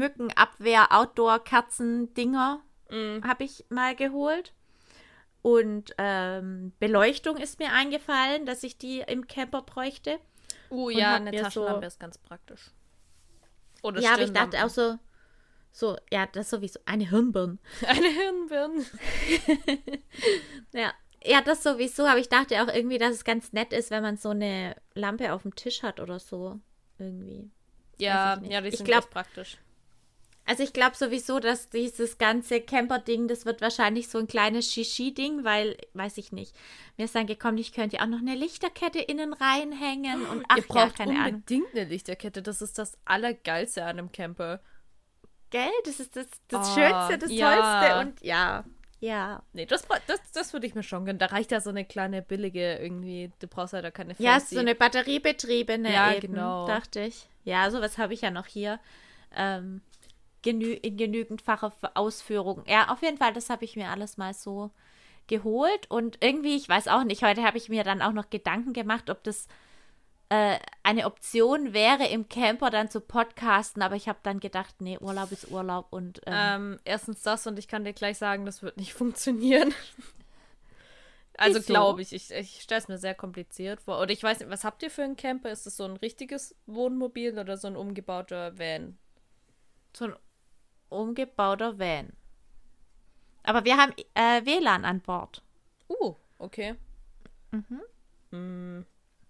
Mückenabwehr-Outdoor-Kerzen-Dinger Mm. habe ich mal geholt. Und ähm, Beleuchtung ist mir eingefallen, dass ich die im Camper bräuchte. Uh, Und ja, hab eine mir Taschenlampe so- ist ganz praktisch. Oder Ja, aber ich dachte Stirnlampen. auch so, so, ja, das ist sowieso eine Hirnbirne. Eine Hirnbirne. Ja, ja, das sowieso, aber ich dachte auch irgendwie, dass es ganz nett ist, wenn man so eine Lampe auf dem Tisch hat oder so. Irgendwie. Ja, Weiß ich nicht. ja, die Ich sind glaub- echt praktisch. Also ich glaube sowieso, dass dieses ganze Camper-Ding, das wird wahrscheinlich so ein kleines Shishi-Ding, weil, weiß ich nicht, mir ist dann gekommen, ich könnte ja auch noch eine Lichterkette innen reinhängen und ach Ihr ja, braucht keine Ahnung. unbedingt eine Lichterkette. Das ist das Allergeilste an einem Camper. Gell? Das ist das, das Oh, Schönste, das ja. Tollste und ja, ja. Nee, das, bra- das, das würde ich mir schon gönnen. Da reicht ja so eine kleine billige irgendwie. Du brauchst ja da keine Ja, fancy. so eine batteriebetriebene Ja, eben, genau. dachte ich. Ja, sowas habe ich ja noch hier. Ähm, genü in genügendfacher Ausführung. Ja, auf jeden Fall, das habe ich mir alles mal so geholt. Und irgendwie, ich weiß auch nicht, heute habe ich mir dann auch noch Gedanken gemacht, ob das äh, eine Option wäre, im Camper dann zu podcasten. Aber ich habe dann gedacht, nee, Urlaub ist Urlaub. Und ähm, Ähm, erstens das und ich kann dir gleich sagen, das wird nicht funktionieren. Also Wieso? glaube ich, ich, ich stelle es mir sehr kompliziert vor. Oder ich weiß nicht, was habt ihr für einen Camper? Ist das so ein richtiges Wohnmobil oder so ein umgebauter Van? so ein umgebauter Van. Aber wir haben äh, W L A N an Bord. Uh, okay. Mhm. Hm.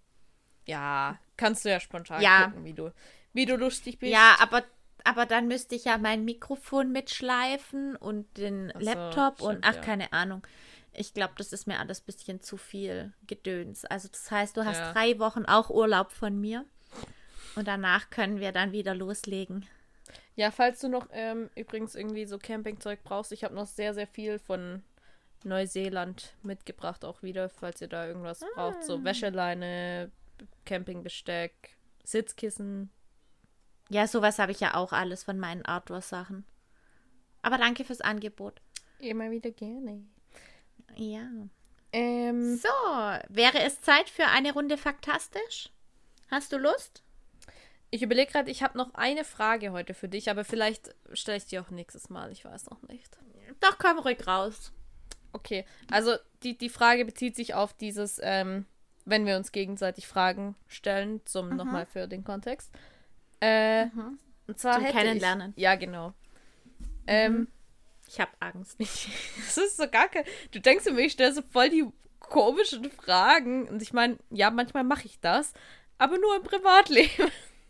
Ja, kannst du ja spontan Ja. gucken, wie du, wie du lustig bist. Ja, aber, aber dann müsste ich ja mein Mikrofon mitschleifen und den Ach so, Laptop und stimmt, ach, ja. keine Ahnung. Ich glaube, das ist mir alles ein bisschen zu viel Gedöns. Also das heißt, du hast Ja. drei Wochen auch Urlaub von mir und danach können wir dann wieder loslegen. Ja, falls du noch ähm, übrigens irgendwie so Campingzeug brauchst, ich habe noch sehr, sehr viel von Neuseeland mitgebracht auch wieder, falls ihr da irgendwas braucht. So Wäscheleine, Campingbesteck, Sitzkissen. Ja, sowas habe ich ja auch alles von meinen Outdoor-Sachen. Aber danke fürs Angebot. Immer wieder gerne. Ja. Ähm, So, wäre es Zeit für eine Runde Faktastisch? Hast du Lust? ich überlege gerade, ich habe noch eine Frage heute für dich, aber vielleicht stelle ich die auch nächstes Mal, ich weiß noch nicht. Doch, komm ruhig raus. Okay, also die, die Frage bezieht sich auf dieses, ähm, wenn wir uns gegenseitig Fragen stellen, zum Mhm. nochmal für den Kontext. Äh, und zwar Zum hätte Kennenlernen. ich, ja, genau. Ähm, Ich habe Angst. das ist so gar kein, du denkst immer, ich stelle so voll die komischen Fragen und ich meine, ja, manchmal mache ich das, aber nur im Privatleben.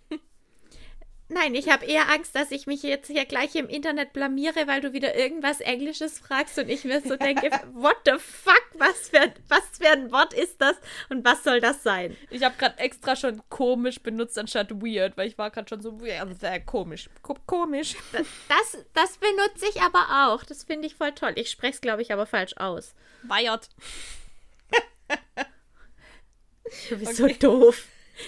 Nein, ich habe eher Angst, dass ich mich jetzt hier gleich im Internet blamiere, weil du wieder irgendwas Englisches fragst und ich mir so denke, what the fuck, was für, ein- was für ein Wort ist das und was soll das sein? Ich habe gerade extra schon komisch benutzt anstatt weird, weil ich war gerade schon so weird, sehr komisch. Ko komisch. Das, das benutze ich aber auch. Das finde ich voll toll. Ich spreche es, glaube ich, aber falsch aus. Weird. Du bist so doof.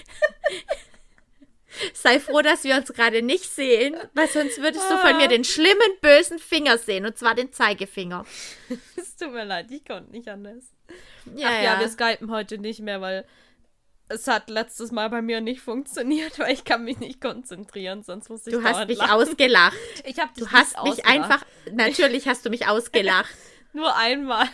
Sei froh, dass wir uns gerade nicht sehen, weil sonst würdest du von mir den schlimmen, bösen Finger sehen, und zwar den Zeigefinger. Es tut mir leid, ich konnte nicht anders. Ja, Ach ja, wir skypen heute nicht mehr, weil es hat letztes Mal bei mir nicht funktioniert, weil ich kann mich nicht konzentrieren, sonst muss ich Du hast dauernd mich lachen. ausgelacht. Ich hab dich Du nicht hast mich ausgelacht. einfach, natürlich hast du mich ausgelacht. Nur einmal.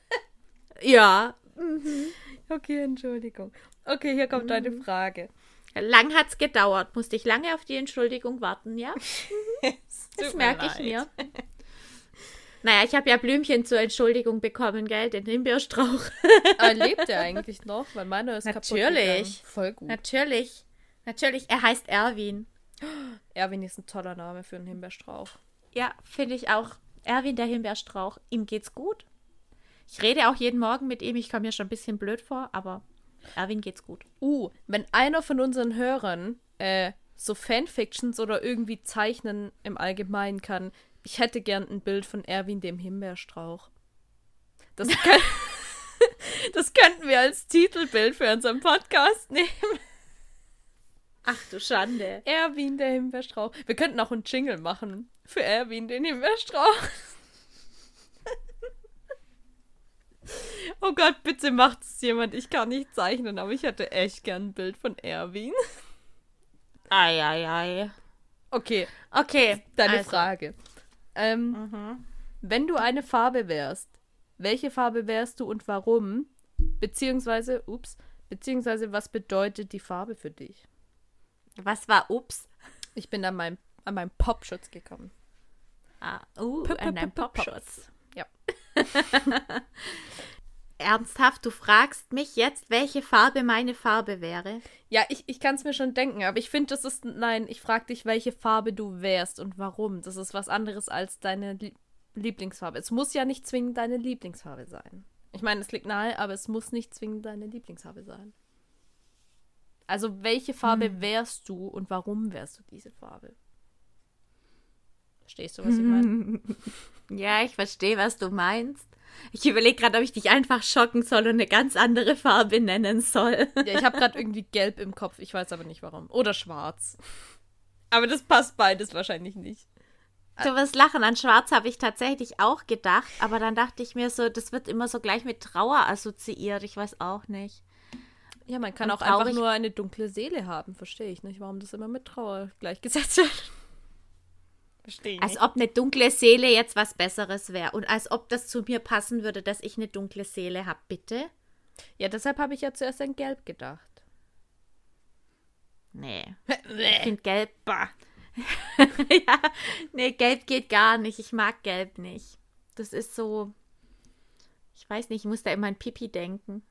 Ja. Okay, Entschuldigung. Okay, hier kommt deine Frage. Lang hat's gedauert. Musste ich lange auf die Entschuldigung warten, ja? Es tut Das mir merke ich leid. mir. Naja, ich habe ja Blümchen zur Entschuldigung bekommen, gell? Den Himbeerstrauch. Aber lebt er eigentlich noch? Weil meiner ist kaputt gegangen. Natürlich. Voll gut. Natürlich. Natürlich. Er heißt Erwin. Erwin ist ein toller Name für einen Himbeerstrauch. Ja, finde ich auch. Erwin, der Himbeerstrauch. Ihm geht's gut. Ich rede auch jeden Morgen mit ihm. Ich komme mir schon ein bisschen blöd vor, aber Erwin geht's gut. Uh, wenn einer von unseren Hörern äh, so Fanfictions oder irgendwie Zeichnen im Allgemeinen kann, ich hätte gern ein Bild von Erwin dem Himbeerstrauch. Das, kann, das könnten wir als Titelbild für unseren Podcast nehmen. Ach du Schande. Erwin der Himbeerstrauch. Wir könnten auch einen Jingle machen für Erwin den Himbeerstrauch. Oh Gott, bitte macht es jemand. Ich kann nicht zeichnen, aber ich hätte echt gern ein Bild von Erwin. Eieiei. Okay, Okay. deine also. Frage. Ähm, Mhm. wenn du eine Farbe wärst, welche Farbe wärst du und warum? Beziehungsweise, ups, beziehungsweise was bedeutet die Farbe für dich? Was war Ups? Ich bin an meinem, an meinem Popschutz gekommen. Ah, uh, Pop, an pop, deinem pop, pop. Popschutz. Ja. Ernsthaft, du fragst mich jetzt, welche Farbe meine Farbe wäre? Ja, ich, ich kann es mir schon denken, aber ich finde, das ist, nein, ich frage dich, welche Farbe du wärst und warum. Das ist was anderes als deine Lie- Lieblingsfarbe. Es muss ja nicht zwingend deine Lieblingsfarbe sein. Ich meine, es liegt nahe, aber es muss nicht zwingend deine Lieblingsfarbe sein. Also, welche Farbe Hm. wärst du und warum wärst du diese Farbe? Verstehst du, was ich meine? Ja, ich verstehe, was du meinst. Ich überlege gerade, ob ich dich einfach schocken soll und eine ganz andere Farbe nennen soll. Ja, ich habe gerade irgendwie gelb im Kopf, ich weiß aber nicht warum. Oder schwarz. Aber das passt beides wahrscheinlich nicht. Du wirst lachen, an Schwarz habe ich tatsächlich auch gedacht, aber dann dachte ich mir so, das wird immer so gleich mit Trauer assoziiert. Ich weiß auch nicht. Ja, man kann Und auch einfach traurig- nur eine dunkle Seele haben, verstehe ich nicht, warum das immer mit Trauer gleichgesetzt wird. Verstehe ich Als nicht. ob eine dunkle Seele jetzt was Besseres wäre und als ob das zu mir passen würde, dass ich eine dunkle Seele habe, bitte? Ja, deshalb habe ich ja zuerst an gelb gedacht. Nee. Ich finde Gelb. Bah. Ja, nee, Gelb geht gar nicht. Ich mag Gelb nicht. Das ist so. Ich weiß nicht, ich muss da immer an Pipi denken.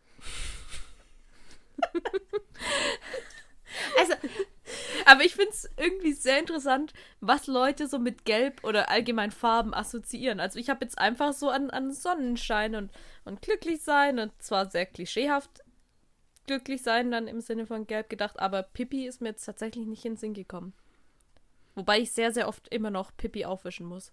Also, Aber ich finde es irgendwie sehr interessant, was Leute so mit Gelb oder allgemein Farben assoziieren. Also ich habe jetzt einfach so an, an Sonnenschein und, und glücklich sein und zwar sehr klischeehaft glücklich sein dann im Sinne von Gelb gedacht, aber Pipi ist mir jetzt tatsächlich nicht in den Sinn gekommen. Wobei ich sehr, sehr oft immer noch Pipi aufwischen muss.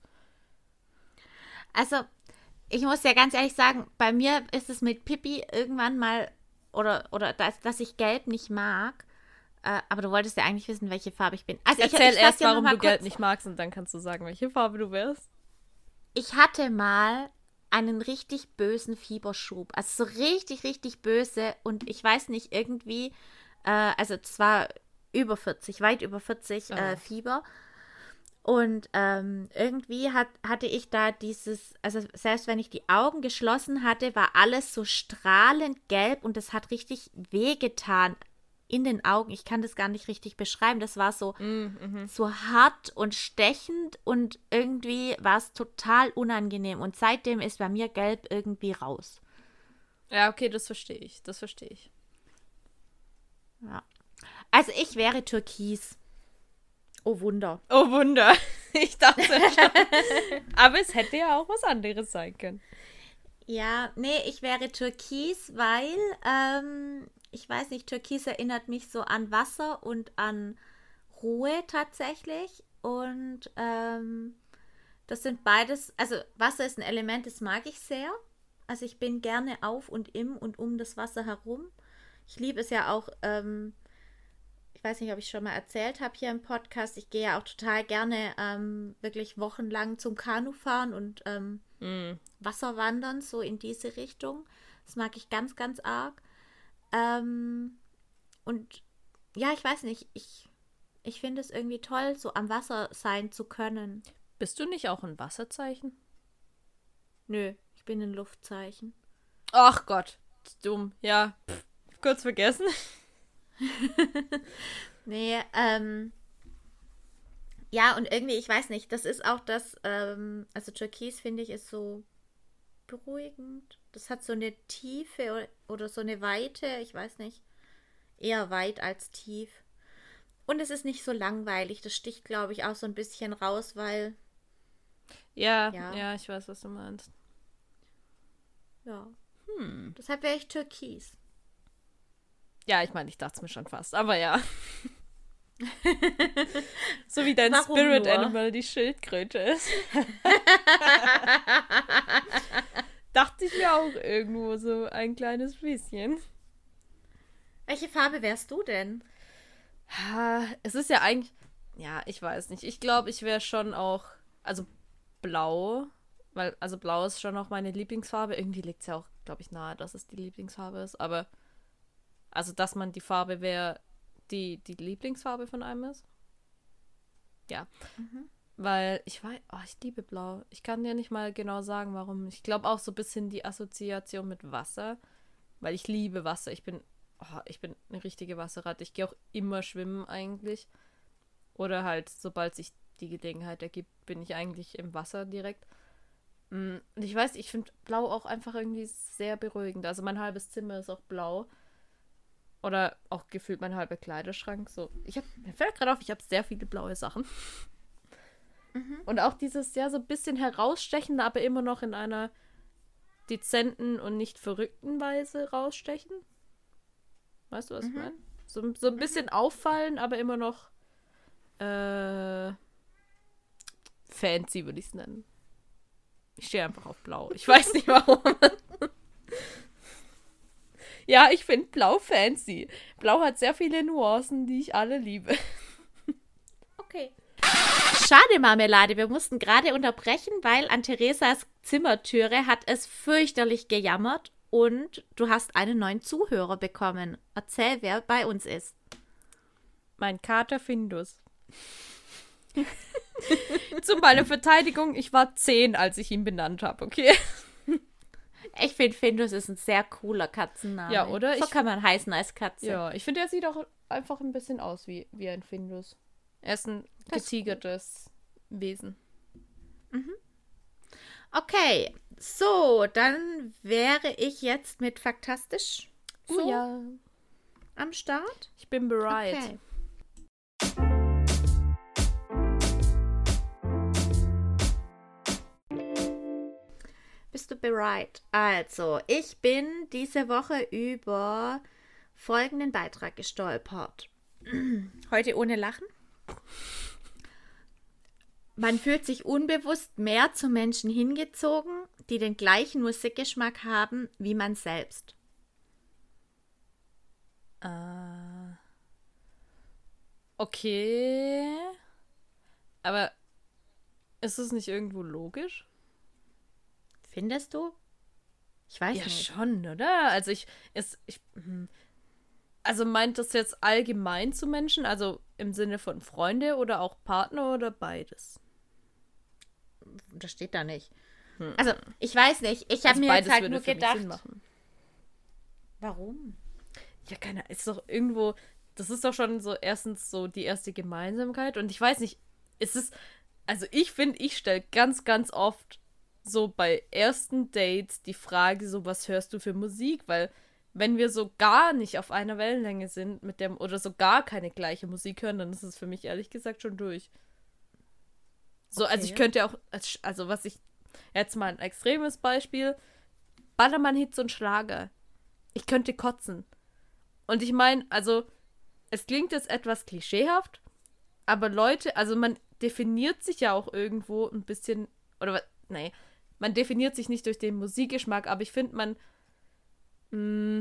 also, ich muss ja ganz ehrlich sagen, bei mir ist es mit Pipi irgendwann mal, oder, oder dass, dass ich Gelb nicht mag. Äh, aber du wolltest ja eigentlich wissen, welche Farbe ich bin. Also ich, Erzähl ich fass erst, dir noch warum mal du Gelb kurz- nicht magst und dann kannst du sagen, welche Farbe du wärst. Ich hatte mal einen richtig bösen Fieberschub. Also so richtig, richtig böse. Und ich weiß nicht, irgendwie, äh, also es war über vierzig, weit über vierzig Ah. äh, Fieber. Und ähm, irgendwie hat, hatte ich da dieses, also selbst wenn ich die Augen geschlossen hatte, war alles so strahlend gelb und das hat richtig wehgetan in den Augen. Ich kann das gar nicht richtig beschreiben. Das war so, Mhm. so hart und stechend und irgendwie war es total unangenehm. Und seitdem ist bei mir gelb irgendwie raus. Ja, okay, das verstehe ich. Das verstehe ich. Ja. Also ich wäre Türkis. Oh Wunder. Oh Wunder. Ich dachte schon. Aber es hätte ja auch was anderes sein können. Ja, nee, ich wäre Türkis, weil, ähm, ich weiß nicht, Türkis erinnert mich so an Wasser und an Ruhe tatsächlich. Und ähm, das sind beides, also Wasser ist ein Element, das mag ich sehr. Also ich bin gerne auf und im und um das Wasser herum. Ich liebe es ja auch, ähm, ich weiß nicht, ob ich schon mal erzählt habe hier im Podcast, ich gehe ja auch total gerne ähm, wirklich wochenlang zum Kanufahren und ähm, Mhm. Wasserwandern, so in diese Richtung. Das mag ich ganz, ganz arg. Ähm, und ja, ich weiß nicht, ich, ich finde es irgendwie toll, so am Wasser sein zu können. Bist du nicht auch ein Wasserzeichen? Nö, ich bin ein Luftzeichen. Ach Gott, dumm. Ja, pff, kurz vergessen. Nee, ähm, ja, und irgendwie, ich weiß nicht, das ist auch das, ähm, also Türkis finde ich ist so beruhigend. Das hat so eine Tiefe oder, oder so eine Weite, ich weiß nicht, eher weit als tief. Und es ist nicht so langweilig, das sticht, glaube ich, auch so ein bisschen raus, weil, Ja, ja, ja, ich weiß, was du meinst. ja, Hm. deshalb wäre ich Türkis. Ja, ich meine, ich dachte es mir schon fast, aber ja. So wie dein Warum Spirit nur? Animal die Schildkröte ist. Dachte ich mir auch irgendwo so ein kleines bisschen. Welche Farbe wärst du denn? Ha, Es ist ja eigentlich. Ja, ich weiß nicht. Ich glaube, ich wäre schon auch. Also blau. Weil, also blau ist schon auch meine Lieblingsfarbe. Irgendwie liegt es ja auch, glaube ich, nahe, dass es die Lieblingsfarbe ist. Aber. Also, dass man die Farbe wäre, die die Lieblingsfarbe von einem ist. Ja. Mhm. Weil ich weiß, oh, ich liebe Blau. Ich kann dir nicht mal genau sagen, warum. Ich glaube auch so ein bisschen die Assoziation mit Wasser. Weil ich liebe Wasser. Ich bin, oh, ich bin eine richtige Wasserratte. Ich gehe auch immer schwimmen eigentlich. Oder halt, sobald sich die Gelegenheit ergibt, bin ich eigentlich im Wasser direkt. Mm, Und ich weiß, ich finde Blau auch einfach irgendwie sehr beruhigend. Also mein halbes Zimmer ist auch blau. Oder auch gefühlt mein halber Kleiderschrank. So, ich hab, mir fällt gerade auf, ich habe sehr viele blaue Sachen. Mhm. Und auch dieses ja so ein bisschen herausstechende, aber immer noch in einer dezenten und nicht verrückten Weise rausstechen. Weißt du, was ich Mhm. meine? So, so ein bisschen auffallen, aber immer noch äh, fancy, würde ich es nennen. Ich stehe einfach auf Blau. Ich weiß nicht warum. Ja, ich finde Blau fancy. Blau hat sehr viele Nuancen, die ich alle liebe. Okay. Schade, Marmelade, wir mussten gerade unterbrechen, weil an Theresas Zimmertüre hat es fürchterlich gejammert und du hast einen neuen Zuhörer bekommen. Erzähl, wer bei uns ist. Mein Kater Findus. Zu meiner Verteidigung, ich war zehn, als ich ihn benannt habe, okay? Ich finde, Findus ist ein sehr cooler Katzenname. Ja, oder? So Ich- kann man heißen als Katze. Ja, ich finde, er sieht auch einfach ein bisschen aus wie, wie ein Findus. Er ist ein Das ist getigertes Wesen. Okay, so, dann wäre ich jetzt mit Faktastisch so Oh ja. am Start. Ich bin bereit. Okay. Bist du bereit? Also, ich bin diese Woche über folgenden Beitrag gestolpert. Heute ohne Lachen. Man fühlt sich unbewusst mehr zu Menschen hingezogen, die den gleichen Musikgeschmack haben wie man selbst. Äh, okay. Aber ist es nicht irgendwo logisch? Findest du? Ich weiß Ja, nicht. schon, oder? Also ich, es, ich, hm. Also meint das jetzt allgemein zu Menschen? Also im Sinne von Freunde oder auch Partner oder beides? Das steht da nicht. Hm. Also, ich weiß nicht. Ich habe Also mir jetzt beides halt würde nur für mich gedacht. Sinn machen. Warum? Ja, keine Ahnung, ist doch irgendwo, das ist doch schon so erstens so die erste Gemeinsamkeit und ich weiß nicht, ist es, also ich finde, ich stelle ganz, ganz oft so bei ersten Dates die Frage so, was hörst du für Musik, weil wenn wir so gar nicht auf einer Wellenlänge sind mit dem, oder so gar keine gleiche Musik hören, dann ist es für mich ehrlich gesagt schon durch. So, also ich Okay. könnte auch, also was ich, jetzt mal ein extremes Beispiel, Ballermann-Hits und Schlager. Ich könnte kotzen. Und ich meine, also, es klingt jetzt etwas klischeehaft, aber Leute, also man definiert sich ja auch irgendwo ein bisschen, oder wa- nee, man definiert sich nicht durch den Musikgeschmack, aber ich finde, man, mh,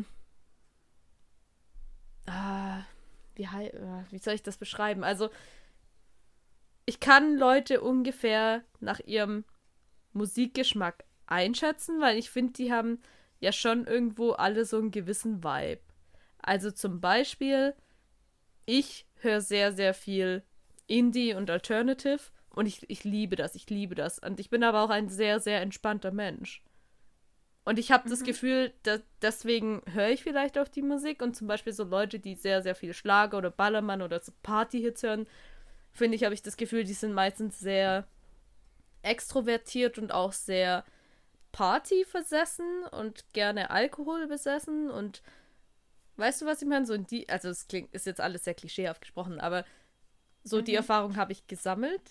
ah, wie, hei- äh, wie soll ich das beschreiben? Also, ich kann Leute ungefähr nach ihrem Musikgeschmack einschätzen, weil ich finde, die haben ja schon irgendwo alle so einen gewissen Vibe. Also zum Beispiel, ich höre sehr, sehr viel Indie und Alternative und ich, ich liebe das, ich liebe das. Und ich bin aber auch ein sehr, sehr entspannter Mensch. Und ich habe das Mhm. Gefühl, dass deswegen höre ich vielleicht auch die Musik und zum Beispiel so Leute, die sehr, sehr viel Schlager oder Ballermann oder so Party-Hits hören, finde ich, habe ich das Gefühl, die sind meistens sehr extrovertiert und auch sehr Party versessen und gerne Alkohol besessen und weißt du, was ich meine? So in die, also es klingt, ist jetzt alles sehr klischeehaft gesprochen, aber so die Mhm. Erfahrung habe ich gesammelt.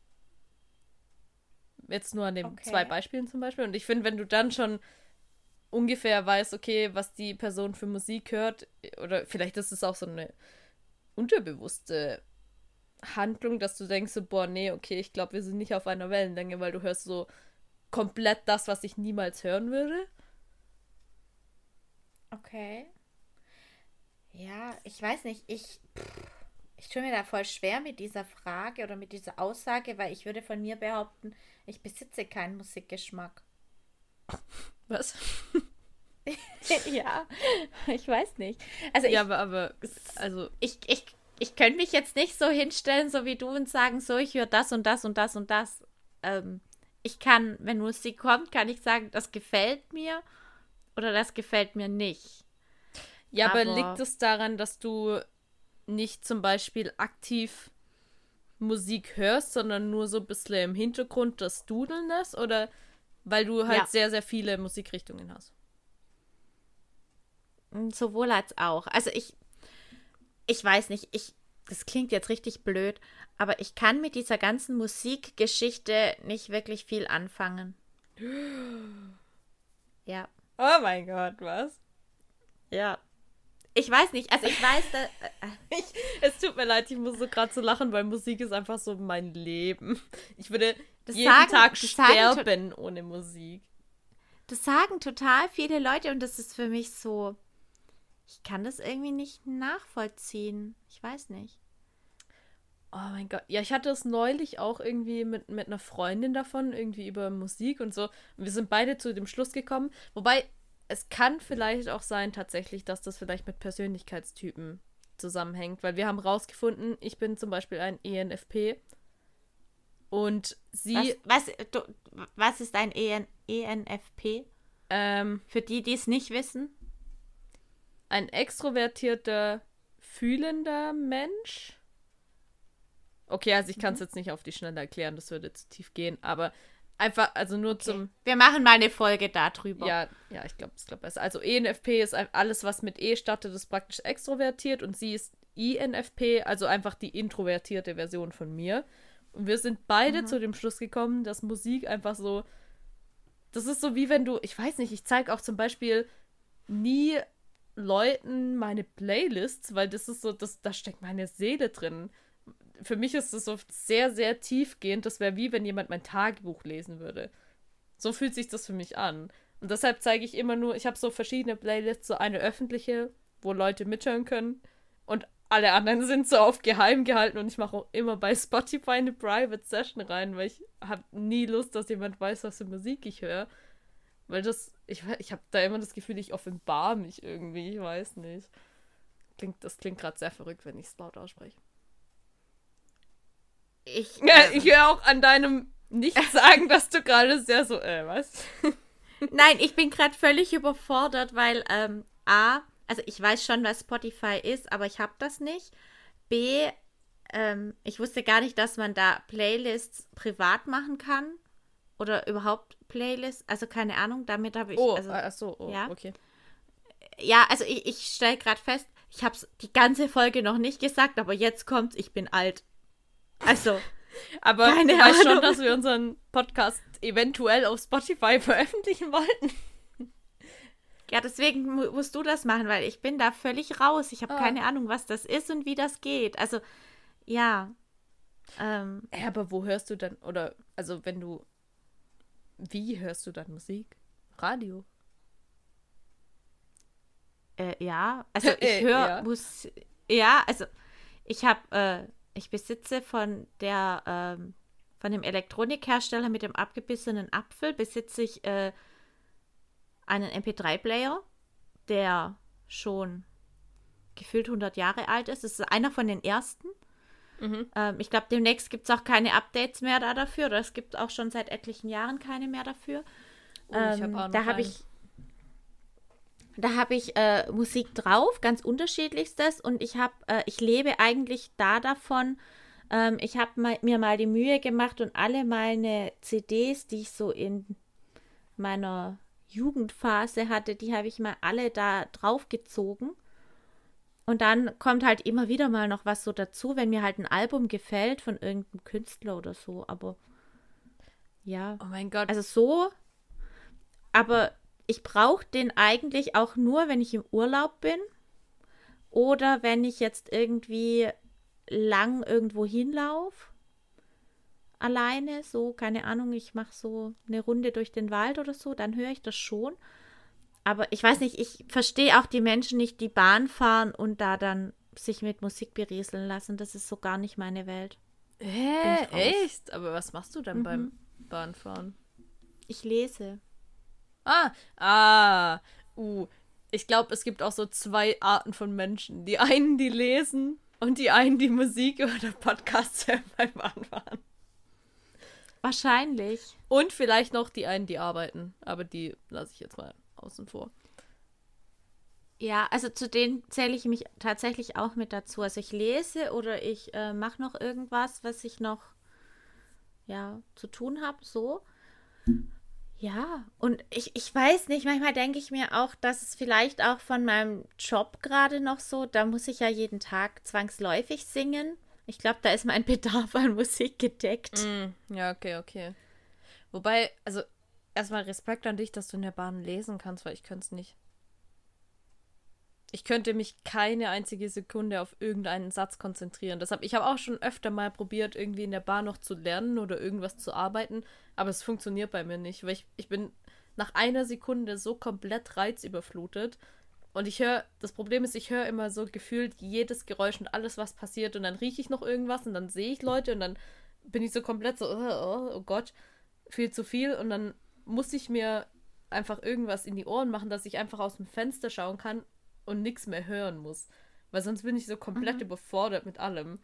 Jetzt nur an den Okay. zwei Beispielen zum Beispiel. Und ich finde, wenn du dann schon ungefähr weißt, okay, was die Person für Musik hört, oder vielleicht ist es auch so eine unterbewusste Handlung, dass du denkst so, boah, nee, okay, ich glaube, wir sind nicht auf einer Wellenlänge, weil du hörst so komplett das, was ich niemals hören würde. Okay. Ja, ich weiß nicht, ich, ich tue mir da voll schwer mit dieser Frage oder mit dieser Aussage, weil ich würde von mir behaupten, ich besitze keinen Musikgeschmack. Was? Ja, ich weiß nicht. Also ich, Ja, aber, aber also, ich, ich, ich könnte mich jetzt nicht so hinstellen, so wie du, und sagen, so, ich höre das und das und das und das. Ähm, ich kann, wenn Musik kommt, kann ich sagen, das gefällt mir oder das gefällt mir nicht. ja, aber, Aber- liegt es daran, dass du nicht zum Beispiel aktiv Musik hörst, sondern nur so ein bisschen im Hintergrund das Dudeln ist? Oder weil du halt Ja. sehr, sehr viele Musikrichtungen hast? Mm, Sowohl als auch. Also ich, ich weiß nicht, ich, das klingt jetzt richtig blöd, aber ich kann mit dieser ganzen Musikgeschichte nicht wirklich viel anfangen. Ja. Oh mein Gott, was? Ja. Ich weiß nicht, also ich weiß, da, äh, Ich, es tut mir leid, ich muss so gerade so lachen, weil Musik ist einfach so mein Leben. Ich würde Das jeden sagen- Tag das sagen sterben ohne Musik. das sagen total viele Leute und das ist für mich so, ich kann das irgendwie nicht nachvollziehen. Ich weiß nicht. Oh mein Gott. Ja, ich hatte es neulich auch irgendwie mit, mit einer Freundin davon, irgendwie über Musik und so. Und wir sind beide zu dem Schluss gekommen. Wobei, es kann vielleicht auch sein tatsächlich, dass das vielleicht mit Persönlichkeitstypen zusammenhängt. Weil wir haben rausgefunden, ich bin zum Beispiel ein E N F P. Und sie, Was, was, du, was ist ein E N, E N F P? ähm, Für die, die es nicht wissen. ein extrovertierter, fühlender Mensch. Okay, also ich kann es jetzt nicht auf die Schnelle erklären, das würde zu tief gehen, aber einfach, also nur zum, Wir machen mal eine Folge darüber. ja, ja, ich glaube, es glaube besser. Also E N F P ist ein- alles, was mit E startet, ist praktisch extrovertiert und sie ist I N F P, also einfach die introvertierte Version von mir. Und wir sind beide zu dem Schluss gekommen, dass Musik einfach so, das ist so wie wenn du, ich weiß nicht, ich zeige auch zum Beispiel nie Leuten meine Playlists, weil das ist so, das, da steckt meine Seele drin. Für mich ist das so sehr, sehr tiefgehend. Das wäre wie wenn jemand mein Tagebuch lesen würde. So fühlt sich das für mich an. Und deshalb zeige ich immer nur, ich habe so verschiedene Playlists, so eine öffentliche, wo Leute mithören können. Und alle anderen sind so auf geheim gehalten und ich mache auch immer bei Spotify eine Private Session rein, weil ich habe nie Lust, dass jemand weiß, was für Musik ich höre. Weil das, ich, ich habe da immer das Gefühl, ich offenbar mich irgendwie, ich weiß nicht. Klingt, das klingt gerade sehr verrückt, wenn ich es laut ausspreche. Ich, Ja, ähm, ich höre auch an deinem Nicht-Sagen, dass du gerade sehr so, äh, was? Nein, ich bin gerade völlig überfordert, weil ähm, A, also ich weiß schon, was Spotify ist, aber ich habe das nicht. B, ähm, ich wusste gar nicht, dass man da Playlists privat machen kann. Oder überhaupt Playlists. Also keine Ahnung, damit habe ich. Oh, also, ach so, oh, ja. okay. Ja, also ich, ich stelle gerade fest, ich habe es die ganze Folge noch nicht gesagt, aber jetzt kommt's, ich bin alt. Also, Aber Keine du weißt schon, Ahnung. dass wir unseren Podcast eventuell auf Spotify veröffentlichen wollten. ja, deswegen mu musst du das machen, weil ich bin da völlig raus. Ich habe Ah. keine Ahnung, was das ist und wie das geht. Also, ja. Ähm, Ja, aber wo hörst du dann, oder, also wenn du, wie hörst du dann Musik? Radio? äh, ja, also ich Äh, höre ja. muss, ja, also ich habe, äh, ich besitze von der, ähm, von dem Elektronikhersteller mit dem abgebissenen Apfel, besitze ich äh, einen M P drei Player, der schon gefühlt hundert Jahre alt ist. Das ist einer von den ersten. Mhm. Ähm, ich glaube, demnächst gibt es auch keine Updates mehr da dafür, oder es gibt auch schon seit etlichen Jahren keine mehr dafür. Oh, ich Ähm, hab auch noch da habe einen. ich, Da habe ich äh, Musik drauf, ganz unterschiedlichstes. Und ich habe, äh, ich lebe eigentlich da davon. Ähm, ich habe mal, mir mal die Mühe gemacht und alle meine C Ds, die ich so in meiner Jugendphase hatte, die habe ich mal alle da drauf gezogen. Und dann kommt halt immer wieder mal noch was so dazu, wenn mir halt ein Album gefällt von irgendeinem Künstler oder so. Aber ja. Oh mein Gott. Also so. Aber ich brauche den eigentlich auch nur, wenn ich im Urlaub bin oder wenn ich jetzt irgendwie lang irgendwo hinlaufe. Alleine, so, keine Ahnung, ich mache so eine Runde durch den Wald oder so, dann höre ich das schon. Aber ich weiß nicht, ich verstehe auch die Menschen nicht, die Bahn fahren und da dann sich mit Musik berieseln lassen. Das ist so gar nicht meine Welt. Hä? Echt? Aber was machst du dann Mhm. beim Bahnfahren? Ich lese. Ah, ah, uh. Ich glaube, es gibt auch so zwei Arten von Menschen. Die einen, die lesen und die einen, die Musik oder Podcasts hören beim Bahnfahren. Wahrscheinlich. Und vielleicht noch die einen, die arbeiten. Aber die lasse ich jetzt mal außen vor. Ja, also zu denen zähle ich mich tatsächlich auch mit dazu. Also ich lese oder ich äh, mache noch irgendwas, was ich noch ja zu tun habe, so. Ja, und ich, ich weiß nicht, manchmal denke ich mir auch, dass es vielleicht auch von meinem Job gerade noch so, da muss ich ja jeden Tag zwangsläufig singen. Ich glaube, da ist mein Bedarf an Musik gedeckt. Mm, ja, okay, okay. Wobei, also erstmal Respekt an dich, dass du in der Bahn lesen kannst, weil ich könnte es nicht. Ich könnte mich keine einzige Sekunde auf irgendeinen Satz konzentrieren. Deshalb, ich habe auch schon öfter mal probiert, irgendwie in der Bahn noch zu lernen oder irgendwas zu arbeiten, aber es funktioniert bei mir nicht, weil ich, ich bin nach einer Sekunde so komplett reizüberflutet und ich höre, das Problem ist, ich höre immer so gefühlt jedes Geräusch und alles, was passiert und dann rieche ich noch irgendwas und dann sehe ich Leute und dann bin ich so komplett so, oh, oh, oh Gott, viel zu viel und dann muss ich mir einfach irgendwas in die Ohren machen, dass ich einfach aus dem Fenster schauen kann und nichts mehr hören muss. Weil sonst bin ich so komplett Mhm. überfordert mit allem.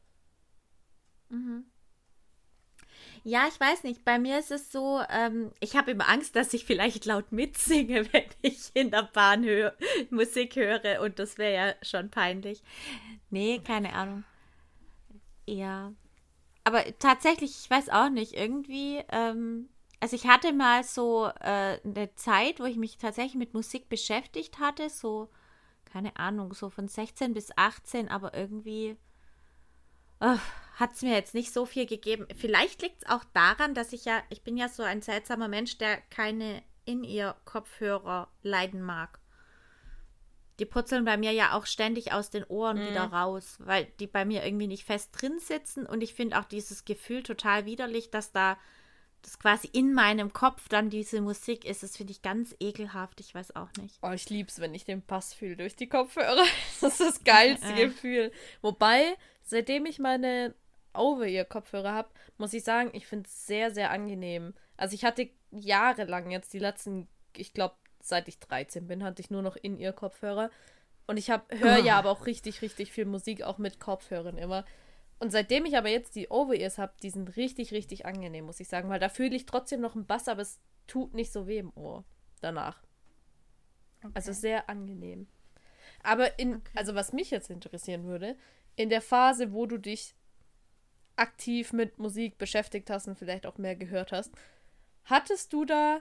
Mhm. Ja, ich weiß nicht. Bei mir ist es so, ähm, ich habe immer Angst, dass ich vielleicht laut mitsinge, wenn ich in der Bahn hö Musik höre. Und das wäre ja schon peinlich. Nee, keine Ahnung. Ja. Aber tatsächlich, ich weiß auch nicht, irgendwie, ähm, also ich hatte mal so äh, eine Zeit, wo ich mich tatsächlich mit Musik beschäftigt hatte, so, keine Ahnung, so von sechzehn bis achtzehn, aber irgendwie hat es mir jetzt nicht so viel gegeben. Vielleicht liegt es auch daran, dass ich ja, ich bin ja so ein seltsamer Mensch, der keine In-Ear-Kopfhörer leiden mag. Die purzeln bei mir ja auch ständig aus den Ohren Mhm. wieder raus, weil die bei mir irgendwie nicht fest drin sitzen und ich finde auch dieses Gefühl total widerlich, dass da das quasi in meinem Kopf dann diese Musik ist. Das finde ich ganz ekelhaft, ich weiß auch nicht. Oh, ich lieb's, wenn ich den Bass fühle durch die Kopfhörer. Das ist das geilste Äh. Gefühl. Wobei, seitdem ich meine Over-Ear-Kopfhörer habe, muss ich sagen, ich finde es sehr, sehr angenehm. Also ich hatte jahrelang jetzt die letzten, ich glaube, seit ich dreizehn bin, hatte ich nur noch In-Ear-Kopfhörer. Und ich höre ja aber auch richtig, richtig viel Musik, auch mit Kopfhörern immer. Und seitdem ich aber jetzt die Over-Ears habe, die sind richtig, richtig angenehm, muss ich sagen. Weil da fühle ich trotzdem noch einen Bass, aber es tut nicht so weh im Ohr danach. Okay. Also sehr angenehm. Aber in, Okay. also was mich jetzt interessieren würde, in der Phase, wo du dich aktiv mit Musik beschäftigt hast und vielleicht auch mehr gehört hast, hattest du da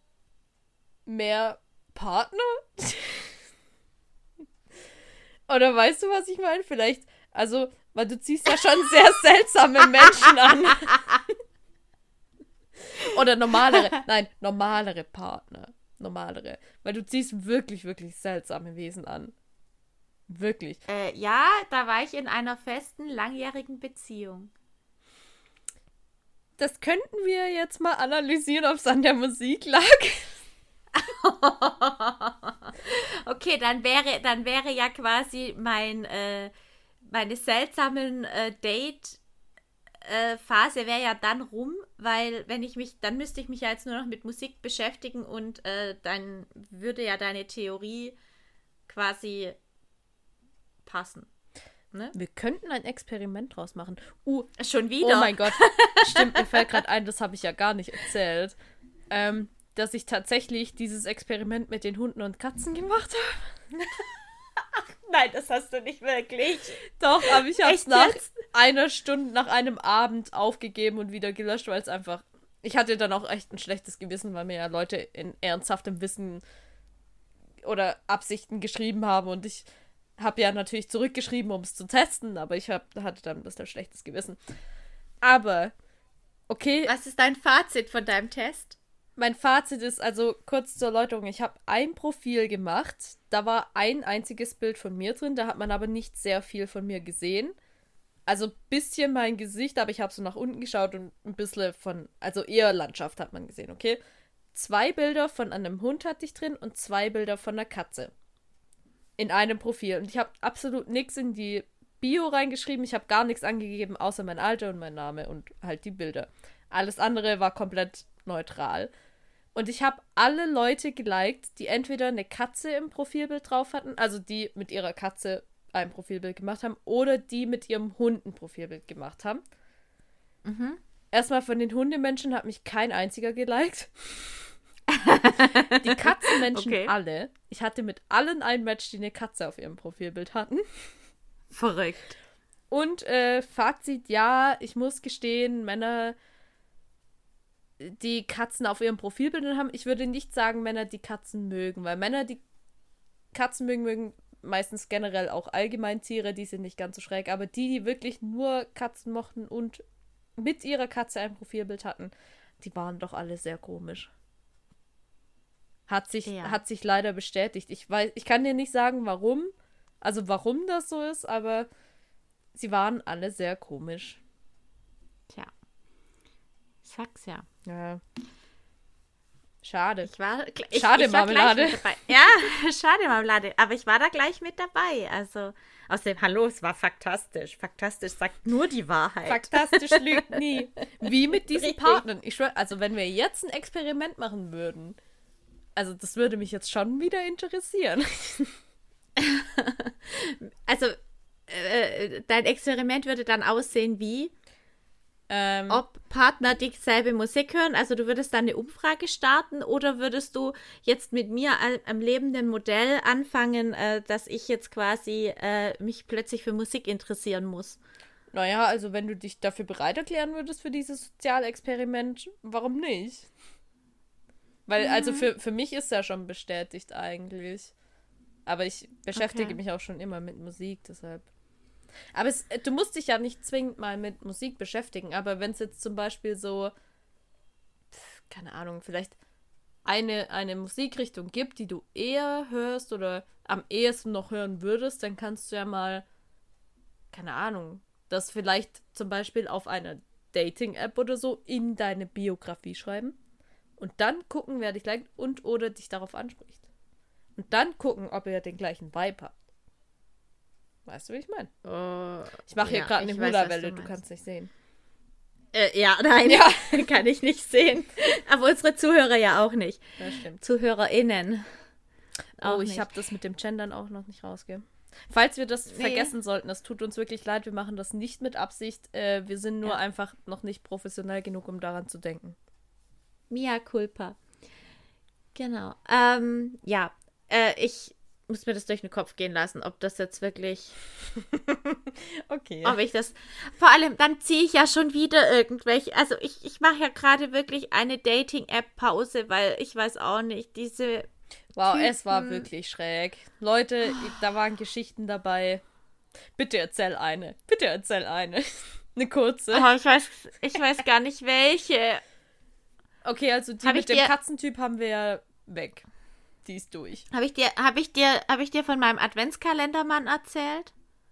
mehr Partner? Oder weißt du, was ich meine? Vielleicht, also, weil du ziehst ja schon sehr seltsame Menschen an. Oder normalere, nein, normalere Partner. Normalere. Weil du ziehst wirklich, wirklich seltsame Wesen an. Wirklich. Äh, ja, da war ich in einer festen, langjährigen Beziehung. Das könnten wir jetzt mal analysieren, ob es an der Musik lag. Okay, dann wäre, dann wäre ja quasi mein, äh, meine seltsamen äh, Date-Phase wäre ja dann rum, weil wenn ich mich, dann müsste ich mich ja jetzt nur noch mit Musik beschäftigen und äh, dann würde ja deine Theorie quasi passen. Ne? Wir könnten ein Experiment draus machen. Uh, Schon wieder? Oh mein Gott. Stimmt, mir fällt gerade ein, das habe ich ja gar nicht erzählt. Ähm, dass ich tatsächlich dieses Experiment mit den Hunden und Katzen gemacht habe. Nein, das hast du nicht wirklich. Doch, aber ich habe es Echt nach jetzt? einer Stunde, nach einem Abend aufgegeben und wieder gelöscht, weil es einfach... Ich hatte dann auch echt ein schlechtes Gewissen, weil mir ja Leute in ernsthaftem Wissen oder Absichten geschrieben haben und ich habe ja natürlich zurückgeschrieben, um es zu testen, aber ich hab, hatte dann ein bisschen schlechtes Gewissen. Aber, okay. Was ist dein Fazit von deinem Test? Mein Fazit ist also, kurz zur Erläuterung, ich habe ein Profil gemacht, da war ein einziges Bild von mir drin, da hat man aber nicht sehr viel von mir gesehen. Also ein bisschen mein Gesicht, aber ich habe so nach unten geschaut und ein bisschen von, also eher Landschaft hat man gesehen, okay? Zwei Bilder von einem Hund hatte ich drin und zwei Bilder von einer Katze. In einem Profil. Und ich habe absolut nichts in die Bio reingeschrieben, ich habe gar nichts angegeben, außer mein Alter und mein Name und halt die Bilder. Alles andere war komplett neutral. Und ich habe alle Leute geliked, die entweder eine Katze im Profilbild drauf hatten, also die mit ihrer Katze ein Profilbild gemacht haben, oder die mit ihrem Hund ein Profilbild gemacht haben. Mhm. Erstmal von den Hundemenschen hat mich kein einziger geliked. Die Katzenmenschen Okay. alle. Ich hatte mit allen ein Match, die eine Katze auf ihrem Profilbild hatten. Verrückt. Und äh, Fazit, ja, ich muss gestehen, Männer, die Katzen auf ihrem Profilbild haben, ich würde nicht sagen, Männer, die Katzen mögen, weil Männer, die Katzen mögen, mögen meistens generell auch allgemein Tiere, die sind nicht ganz so schräg, aber die, die wirklich nur Katzen mochten und mit ihrer Katze ein Profilbild hatten, die waren doch alle sehr komisch. Hat sich, Ja. hat sich leider bestätigt. Ich weiß, ich kann dir nicht sagen, warum, also warum das so ist, aber sie waren alle sehr komisch. Tja. Ich sag's ja. Ja. Schade. Ich war, ich, Schade, ich war Marmelade. gleich mit dabei. Ja, schade, Marmelade. Aber ich war da gleich mit dabei. Also, außerdem, hallo, es war faktastisch. Faktastisch sagt nur die Wahrheit. Faktastisch lügt nie. Wie mit diesen Richtig. Partnern. Ich schwör, also wenn wir jetzt ein Experiment machen würden, also das würde mich jetzt schon wieder interessieren. Also, äh, dein Experiment würde dann aussehen wie, Ähm, ob Partner dieselbe Musik hören. Also du würdest dann eine Umfrage starten oder würdest du jetzt mit mir al- am lebenden Modell anfangen, äh, dass ich jetzt quasi äh, mich plötzlich für Musik interessieren muss? naja, also wenn du dich dafür bereit erklären würdest für dieses Sozialexperiment, warum nicht? Weil, also für, für mich ist ja schon bestätigt eigentlich. Aber ich beschäftige Okay. mich auch schon immer mit Musik, deshalb. Aber es, du musst dich ja nicht zwingend mal mit Musik beschäftigen, aber wenn es jetzt zum Beispiel so, pf, keine Ahnung, vielleicht eine, eine Musikrichtung gibt, die du eher hörst oder am ehesten noch hören würdest, dann kannst du ja mal, keine Ahnung, das vielleicht zum Beispiel auf einer Dating-App oder so in deine Biografie schreiben und dann gucken, wer dich liked und oder dich darauf anspricht. Und dann gucken, ob ihr den gleichen Vibe habt. Weißt du, wie ich meine? Ich mache hier ja, gerade eine ich weiß, was Hula-Welle, du du meinst. kannst nicht sehen. Äh, ja, nein, Ja. kann ich nicht sehen. Aber unsere Zuhörer ja auch nicht. Das stimmt. ZuhörerInnen. Auch Oh, ich nicht. habe das mit dem Gendern auch noch nicht rausgegeben. Falls wir das Nee. vergessen sollten, das tut uns wirklich leid, wir machen das nicht mit Absicht. Äh, wir sind nur Ja. einfach noch nicht professionell genug, um daran zu denken. Mia culpa. Genau. Ähm, ja, äh, ich muss mir das durch den Kopf gehen lassen, ob das jetzt wirklich, Okay. ob ich das, vor allem, dann ziehe ich ja schon wieder irgendwelche, also ich, ich mache ja gerade wirklich eine Dating-App-Pause, weil ich weiß auch nicht, diese, Wow, Typen. es war wirklich schräg. Leute, ich- da waren Geschichten dabei. Bitte erzähl eine. Bitte erzähl eine. Eine kurze. oh, ich weiß, ich weiß gar nicht welche. Okay, also die Hab mit ich dem dir- Katzentyp haben wir ja weg. Die ist durch. Habe ich dir, habe ich dir, habe ich dir von meinem Adventskalendermann erzählt?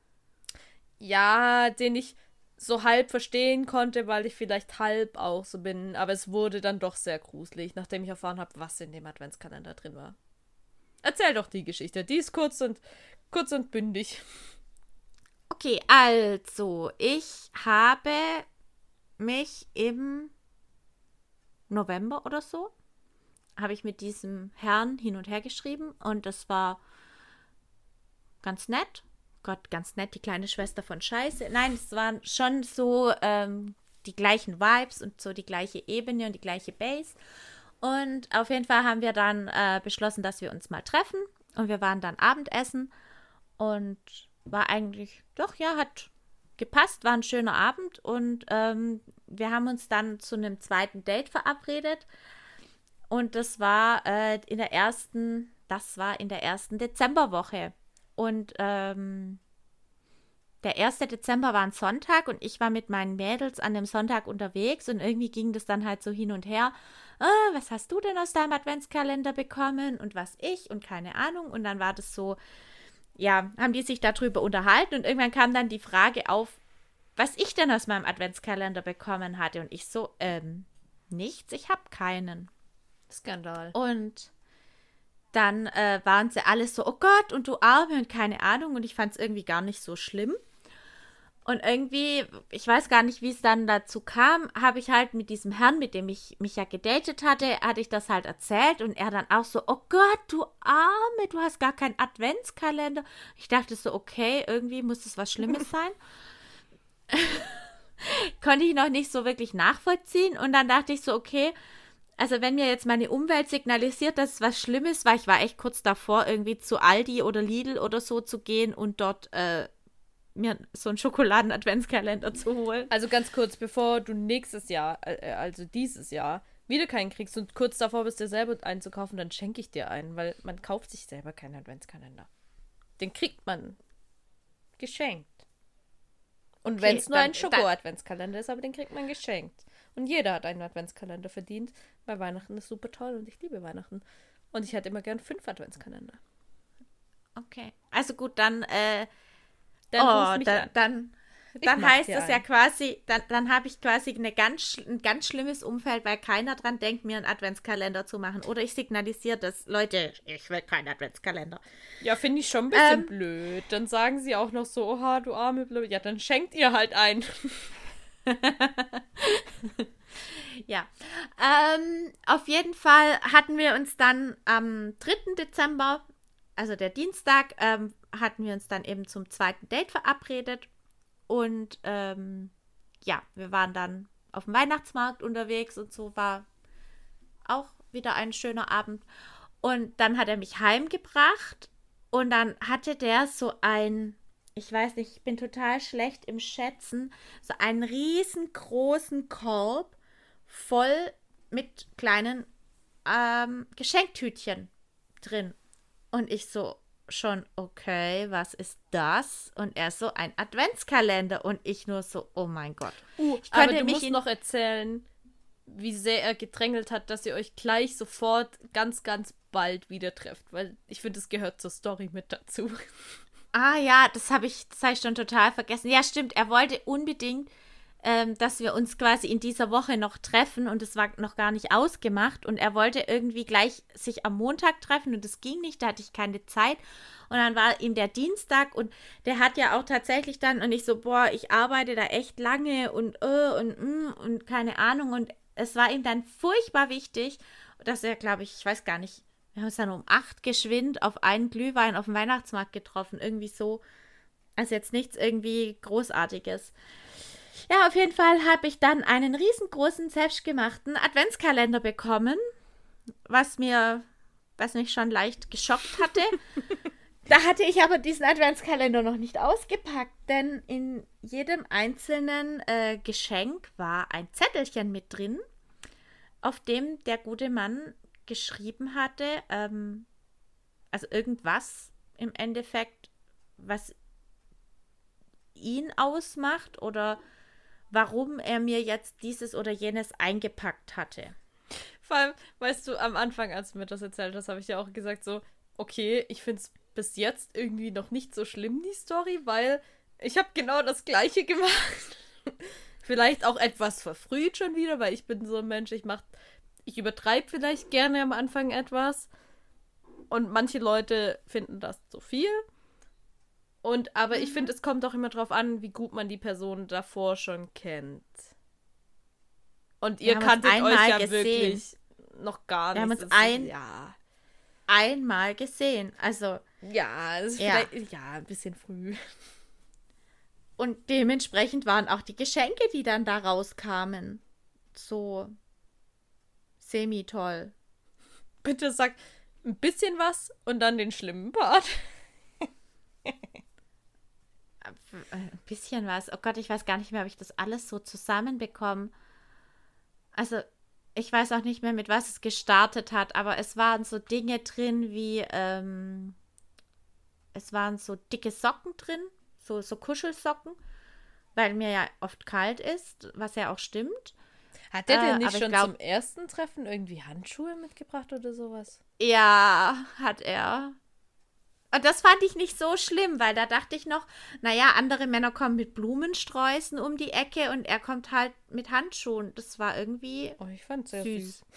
Ja, den ich so halb verstehen konnte, weil ich vielleicht halb auch so bin. Aber es wurde dann doch sehr gruselig, nachdem ich erfahren habe, was in dem Adventskalender drin war. Erzähl doch die Geschichte. Die ist kurz und kurz und bündig. Okay, also, ich habe mich im November oder so, habe ich mit diesem Herrn hin und her geschrieben und das war ganz nett. Gott, ganz nett, die kleine Schwester von Scheiße. Nein, es waren schon so ähm, die gleichen Vibes und so die gleiche Ebene und die gleiche Base. Und auf jeden Fall haben wir dann äh, beschlossen, dass wir uns mal treffen. Und wir waren dann Abendessen. Und war eigentlich, doch, ja, hat gepasst, war ein schöner Abend. Und ähm, wir haben uns dann zu einem zweiten Date verabredet. Und das war äh, in der ersten, das war in der ersten Dezemberwoche. Und ähm, der erste Dezember war ein Sonntag und ich war mit meinen Mädels an dem Sonntag unterwegs und irgendwie ging das dann halt so hin und her. Ah, was hast du denn aus deinem Adventskalender bekommen und was ich und keine Ahnung. Und dann war das so, ja, haben die sich darüber unterhalten und irgendwann kam dann die Frage auf, was ich denn aus meinem Adventskalender bekommen hatte. Und ich so, ähm, nichts, ich habe keinen. Skandal. Und dann äh, waren sie alle so, oh Gott, und du Arme und keine Ahnung. Und ich fand es irgendwie gar nicht so schlimm. Und irgendwie, ich weiß gar nicht, wie es dann dazu kam, habe ich halt mit diesem Herrn, mit dem ich mich ja gedatet hatte, hatte ich das halt erzählt. Und er dann auch so, oh Gott, du Arme, du hast gar keinen Adventskalender. Ich dachte so, okay, irgendwie muss das was Schlimmes sein. Konnte ich noch nicht so wirklich nachvollziehen. Und dann dachte ich so, okay, also wenn mir jetzt meine Umwelt signalisiert, dass es was Schlimmes war, ich war echt kurz davor, irgendwie zu Aldi oder Lidl oder so zu gehen und dort äh, mir so einen Schokoladen-Adventskalender zu holen. Also ganz kurz, bevor du nächstes Jahr, äh, also dieses Jahr, wieder keinen kriegst und kurz davor bist, dir selber einen zu kaufen, dann schenke ich dir einen, weil man kauft sich selber keinen Adventskalender. Den kriegt man geschenkt. Und Okay, wenn es nur dann- ein Schoko-Adventskalender ist, aber den kriegt man geschenkt. Und jeder hat einen Adventskalender verdient, weil Weihnachten ist super toll und ich liebe Weihnachten. Und ich hätte immer gern fünf Adventskalender. Okay. Also gut, dann, äh, Dann oh, ruf mich da, an. dann, Ich dann mach heißt dir es ja einen. quasi, dann, dann habe ich quasi eine ganz, sch- ein ganz schlimmes Umfeld, weil keiner dran denkt, mir einen Adventskalender zu machen. Oder ich signalisiere das, Leute, ich will keinen Adventskalender. Ja, finde ich schon ein bisschen Ähm. blöd. Dann sagen sie auch noch so, oha, du arme Blöd. Ja, dann schenkt ihr halt einen. Ja, ähm, auf jeden Fall hatten wir uns dann am dritten Dezember, also der Dienstag, ähm, hatten wir uns dann eben zum zweiten Date verabredet und ähm, ja, wir waren dann auf dem Weihnachtsmarkt unterwegs und so, war auch wieder ein schöner Abend. Und dann hat er mich heimgebracht und dann hatte der so ein, ich weiß nicht, ich bin total schlecht im Schätzen, so einen riesengroßen Korb voll mit kleinen ähm, Geschenktütchen drin. Und ich so schon, okay, was ist das? Und er so, ein Adventskalender. Und ich nur so, oh mein Gott. Uh, Ich aber könnte du mich musst in- noch erzählen, wie sehr er gedrängelt hat, dass ihr euch gleich sofort ganz, ganz bald wieder trefft. Weil ich finde, es gehört zur Story mit dazu. Ah ja, das habe ich, das hab ich schon total vergessen. Ja, stimmt, er wollte unbedingt, ähm, dass wir uns quasi in dieser Woche noch treffen und es war noch gar nicht ausgemacht und er wollte irgendwie gleich sich am Montag treffen und es ging nicht, da hatte ich keine Zeit und dann war ihm der Dienstag und der hat ja auch tatsächlich dann und ich so, boah, ich arbeite da echt lange und äh, und mm, und keine Ahnung und es war ihm dann furchtbar wichtig, dass er, glaube ich, ich weiß gar nicht, wir haben uns dann um acht geschwind auf einen Glühwein auf dem Weihnachtsmarkt getroffen. Irgendwie so. Also jetzt nichts irgendwie Großartiges. Ja, auf jeden Fall habe ich dann einen riesengroßen, selbstgemachten Adventskalender bekommen, was mir, was mich schon leicht geschockt hatte. Da hatte ich aber diesen Adventskalender noch nicht ausgepackt, denn in jedem einzelnen äh, Geschenk war ein Zettelchen mit drin, auf dem der gute Mann geschrieben hatte, ähm, also irgendwas im Endeffekt, was ihn ausmacht oder warum er mir jetzt dieses oder jenes eingepackt hatte. Vor allem, weißt du, am Anfang, als du mir das erzählt hast, habe ich ja auch gesagt so, okay, ich finde es bis jetzt irgendwie noch nicht so schlimm, die Story, weil ich habe genau das Gleiche gemacht. Vielleicht auch etwas verfrüht schon wieder, weil ich bin so ein Mensch, ich mach, ich übertreibe vielleicht gerne am Anfang etwas und manche Leute finden das zu viel. Und, aber mhm. ich finde, es kommt auch immer drauf an, wie gut man die Person davor schon kennt. Und ihr kanntet euch ja gesehen. wirklich noch gar nicht. Wir haben uns Das ein, ist, ja. einmal gesehen. Also. Ja, das ist ja. vielleicht ja, ein bisschen früh. Und dementsprechend waren auch die Geschenke, die dann da rauskamen, so semi-toll. Bitte sag ein bisschen was und dann den schlimmen Part. Ein bisschen was. Oh Gott, ich weiß gar nicht mehr, ob ich das alles so zusammenbekomme. Also, ich weiß auch nicht mehr, mit was es gestartet hat, aber es waren so Dinge drin wie, ähm, es waren so dicke Socken drin, so, so Kuschelsocken, weil mir ja oft kalt ist, was ja auch stimmt. Hat der Äh, denn nicht aber ich schon glaub- zum ersten Treffen irgendwie Handschuhe mitgebracht oder sowas? Ja, hat er. Und das fand ich nicht so schlimm, weil da dachte ich noch, naja, andere Männer kommen mit Blumensträußen um die Ecke und er kommt halt mit Handschuhen. Das war irgendwie Oh, ich fand's sehr süß. süß.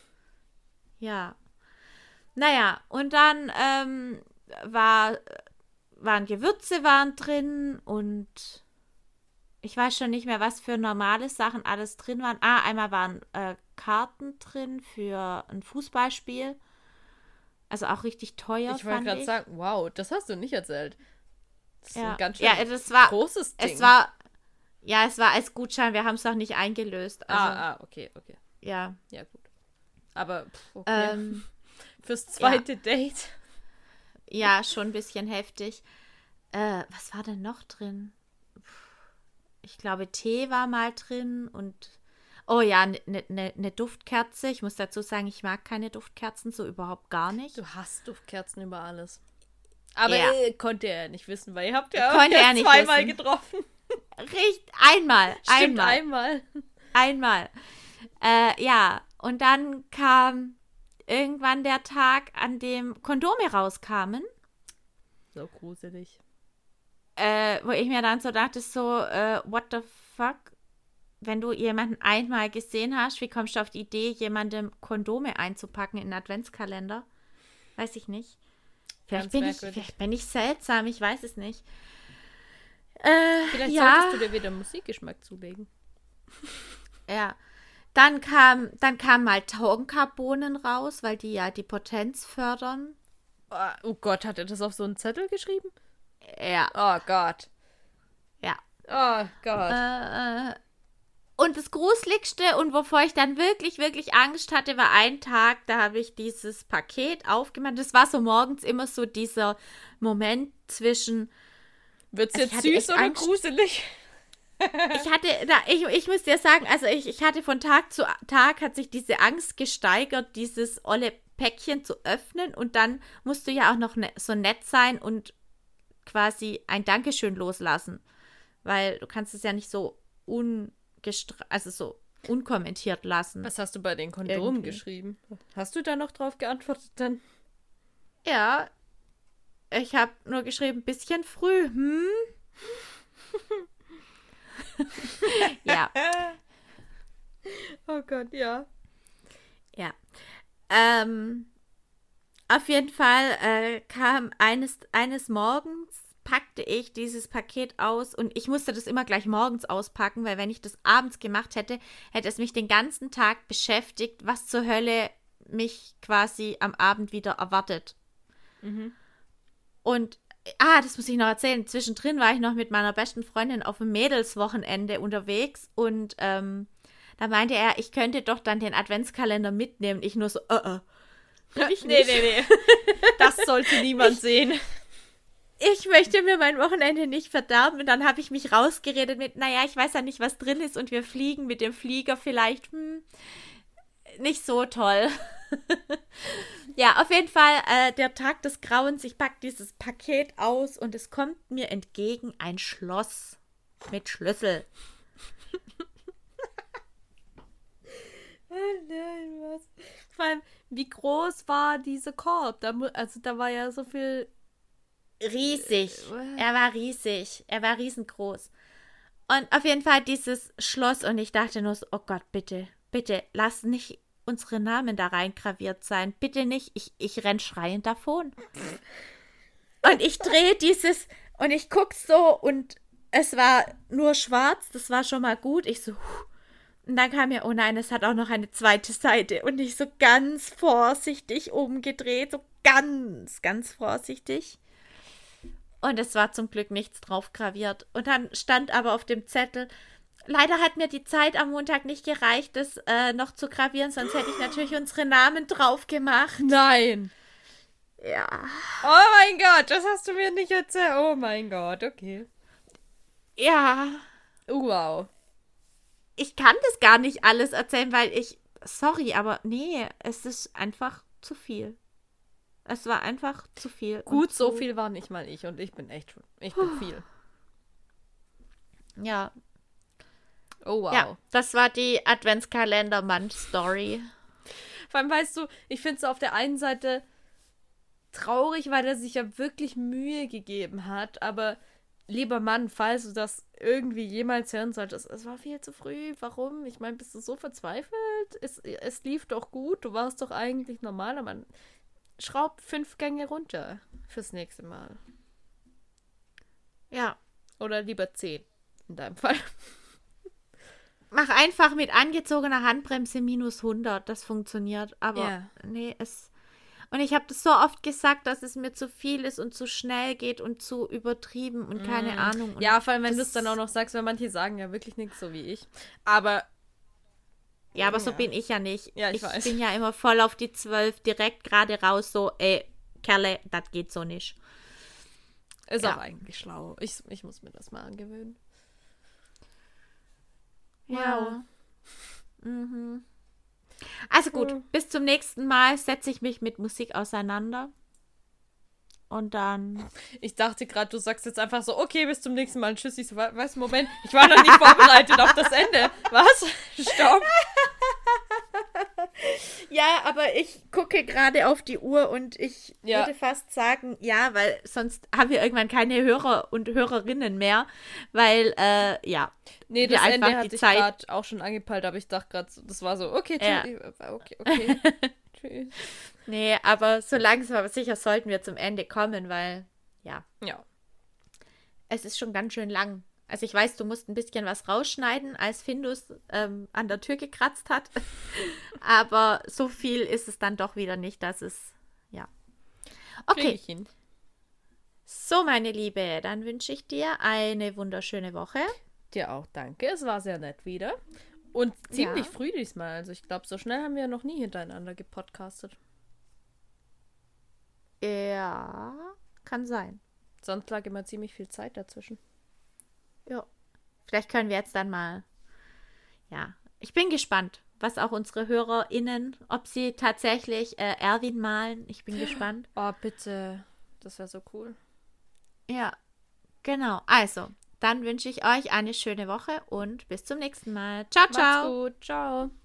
Ja. Naja, und dann ähm, war, waren Gewürze waren drin und ich weiß schon nicht mehr, was für normale Sachen alles drin waren. Ah, einmal waren äh, Karten drin für ein Fußballspiel. Also auch richtig teuer, Ich wollte fand gerade ich. sagen, wow, das hast du nicht erzählt. Das ist Ja, ein ganz schön ja, das war, großes Ding. es war, ja, es war als Gutschein, wir haben es auch nicht eingelöst. Also, ah, ah, okay, okay. ja. Ja, gut. Aber, pff, okay. Ähm, Fürs zweite Date. ja, schon ein bisschen heftig. Äh, was war denn noch drin? Ich glaube, Tee war mal drin und oh ja, eine ne, ne, ne Duftkerze. Ich muss dazu sagen, ich mag keine Duftkerzen, so überhaupt gar nicht. Du hast Duftkerzen über alles. Aber Ja. äh, konnte er nicht wissen, weil ihr habt ja Konnte erst er nicht zweimal wissen. getroffen. Richtig, einmal, Stimmt, einmal, einmal. einmal. Äh, ja, und dann kam irgendwann der Tag, an dem Kondome rauskamen. So gruselig. Äh, wo ich mir dann so dachte, so, äh, what the fuck? Wenn du jemanden einmal gesehen hast, wie kommst du auf die Idee, jemandem Kondome einzupacken in einen Adventskalender? Weiß ich nicht. Vielleicht Ganz bin, ich, merkwürdig. vielleicht bin ich seltsam, ich weiß es nicht. Äh, Vielleicht ja, solltest du dir wieder Musikgeschmack zulegen. ja. Dann kam, dann kam mal Tonkabohnen raus, weil die ja die Potenz fördern. Oh, oh Gott, hat er das auf so einen Zettel geschrieben? Ja, Oh Gott. ja. Oh Gott. Äh, und das Gruseligste und wovor ich dann wirklich, wirklich Angst hatte, war ein Tag, da habe ich dieses Paket aufgemacht. Das war so morgens immer so dieser Moment zwischen, Wird's also jetzt ich hatte süß echt oder Angst. gruselig? ich hatte, da, ich, ich muss dir sagen, also ich, ich hatte von Tag zu Tag, hat sich diese Angst gesteigert, dieses olle Päckchen zu öffnen und dann musst du ja auch noch ne, so nett sein und quasi ein Dankeschön loslassen, weil du kannst es ja nicht so ungestra also so unkommentiert lassen. Was hast du bei den Kondomen Irgendwie. geschrieben? Hast du da noch drauf geantwortet dann? Ja, ich habe nur geschrieben, bisschen früh, hm? Ja, Oh Gott, ja. ja. Ähm, auf jeden Fall äh, kam eines, eines Morgens, packte ich dieses Paket aus und ich musste das immer gleich morgens auspacken, weil wenn ich das abends gemacht hätte, hätte es mich den ganzen Tag beschäftigt, was zur Hölle mich quasi am Abend wieder erwartet. Mhm. Und, ah, das muss ich noch erzählen, zwischendrin war ich noch mit meiner besten Freundin auf dem Mädelswochenende unterwegs und ähm, da meinte er, ich könnte doch dann den Adventskalender mitnehmen. Ich nur so, äh, äh. Ich nee, nicht. nee, nee. Das sollte niemand sehen. Ich möchte mir mein Wochenende nicht verderben. Und dann habe ich mich rausgeredet mit, naja, ich weiß ja nicht, was drin ist und wir fliegen mit dem Flieger vielleicht. Hm, nicht so toll. Ja, auf jeden Fall äh, der Tag des Grauens. Ich packe dieses Paket aus und es kommt mir entgegen ein Schloss mit Schlüssel. Oh nein, was? Vor allem, wie groß war dieser Korb? Da, mu- also da war ja so viel. Riesig. Äh, Er war riesig. Er war riesengroß. Und auf jeden Fall dieses Schloss und ich dachte nur so, oh Gott, bitte, bitte, lass nicht unsere Namen da reingraviert sein. Bitte nicht. Ich, ich renn schreiend davon. Und ich drehe dieses und ich guck so und es war nur schwarz. Das war schon mal gut. Ich so, huh. Und dann kam mir, oh nein, es hat auch noch eine zweite Seite. Und ich so ganz vorsichtig umgedreht. So ganz, ganz vorsichtig. Und es war zum Glück nichts drauf graviert. Und dann stand aber auf dem Zettel, leider hat mir die Zeit am Montag nicht gereicht, das äh, noch zu gravieren, sonst hätte ich natürlich unsere Namen drauf gemacht. Nein. Ja. Oh mein Gott, das hast du mir nicht erzählt. Oh mein Gott, okay. Ja. Wow. Ich kann das gar nicht alles erzählen, weil ich, sorry, aber nee, es ist einfach zu viel. Es war einfach zu viel. Gut, so viel war nicht mal ich und ich bin echt, ich bin viel. Ja. Oh wow. Ja, das war die Adventskalender-Mann-Story. Vor allem, weißt du, ich finde es auf der einen Seite traurig, weil er sich ja wirklich Mühe gegeben hat, aber lieber Mann, falls du das irgendwie jemals hören solltest, es war viel zu früh. Warum? Ich meine, bist du so verzweifelt? Es, es lief doch gut, du warst doch eigentlich normaler Mann. Schraub fünf Gänge runter fürs nächste Mal. Ja. Oder lieber zehn, in deinem Fall. Mach einfach mit angezogener Handbremse minus hundert, das funktioniert. Aber Ja. nee, es... Und ich habe das so oft gesagt, dass es mir zu viel ist und zu schnell geht und zu übertrieben und keine Mm. Ahnung. Und ja, vor allem, wenn du das- es dann auch noch sagst, weil manche sagen ja wirklich nichts, so wie ich. Aber Ja, aber so Ja. bin ich ja nicht. Ja, ich ich weiß. bin ja immer voll auf die zwölf, direkt gerade raus, so, ey, Kerle, das geht so nicht. ist Ja. auch eigentlich schlau. Ich, ich muss mir das mal angewöhnen. Ja. Mhm. Also gut, Mhm. bis zum nächsten Mal setze ich mich mit Musik auseinander. Und dann... Ich dachte gerade, du sagst jetzt einfach so, okay, bis zum nächsten Mal. Tschüss. Ich so, we- weißt du, Moment, ich war noch nicht vorbereitet auf das Ende. Was? Stopp. Ja, aber ich gucke gerade auf die Uhr und ich Ja. würde fast sagen, ja, weil sonst haben wir irgendwann keine Hörer und Hörerinnen mehr, weil, äh, ja. Nee, wir das Ende einfach hatte die ich Zeit- gerade auch schon angepeilt, aber ich dachte gerade, das war so, okay, Ja. tschüss. Okay, okay. Tschüss. Nee, aber so langsam aber sicher sollten wir zum Ende kommen, weil, ja, Ja. es ist schon ganz schön lang. Also ich weiß, du musst ein bisschen was rausschneiden, als Findus ähm, an der Tür gekratzt hat. Aber so viel ist es dann doch wieder nicht, dass es, ja. Krieg Okay, ich hin. so meine Liebe, dann wünsche ich dir eine wunderschöne Woche. Dir auch, danke. Es war sehr nett wieder. Und ziemlich Ja. früh diesmal. Also ich glaube, so schnell haben wir noch nie hintereinander gepodcastet. Ja, kann sein. Sonst lag immer ziemlich viel Zeit dazwischen. Ja. Vielleicht können wir jetzt dann mal, ja, ich bin gespannt, was auch unsere HörerInnen, ob sie tatsächlich äh, Erwin malen. Ich bin gespannt. Oh, bitte. Das wäre so cool. Ja, genau. Also, dann wünsche ich euch eine schöne Woche und bis zum nächsten Mal. Ciao, ciao. Macht's gut. Ciao.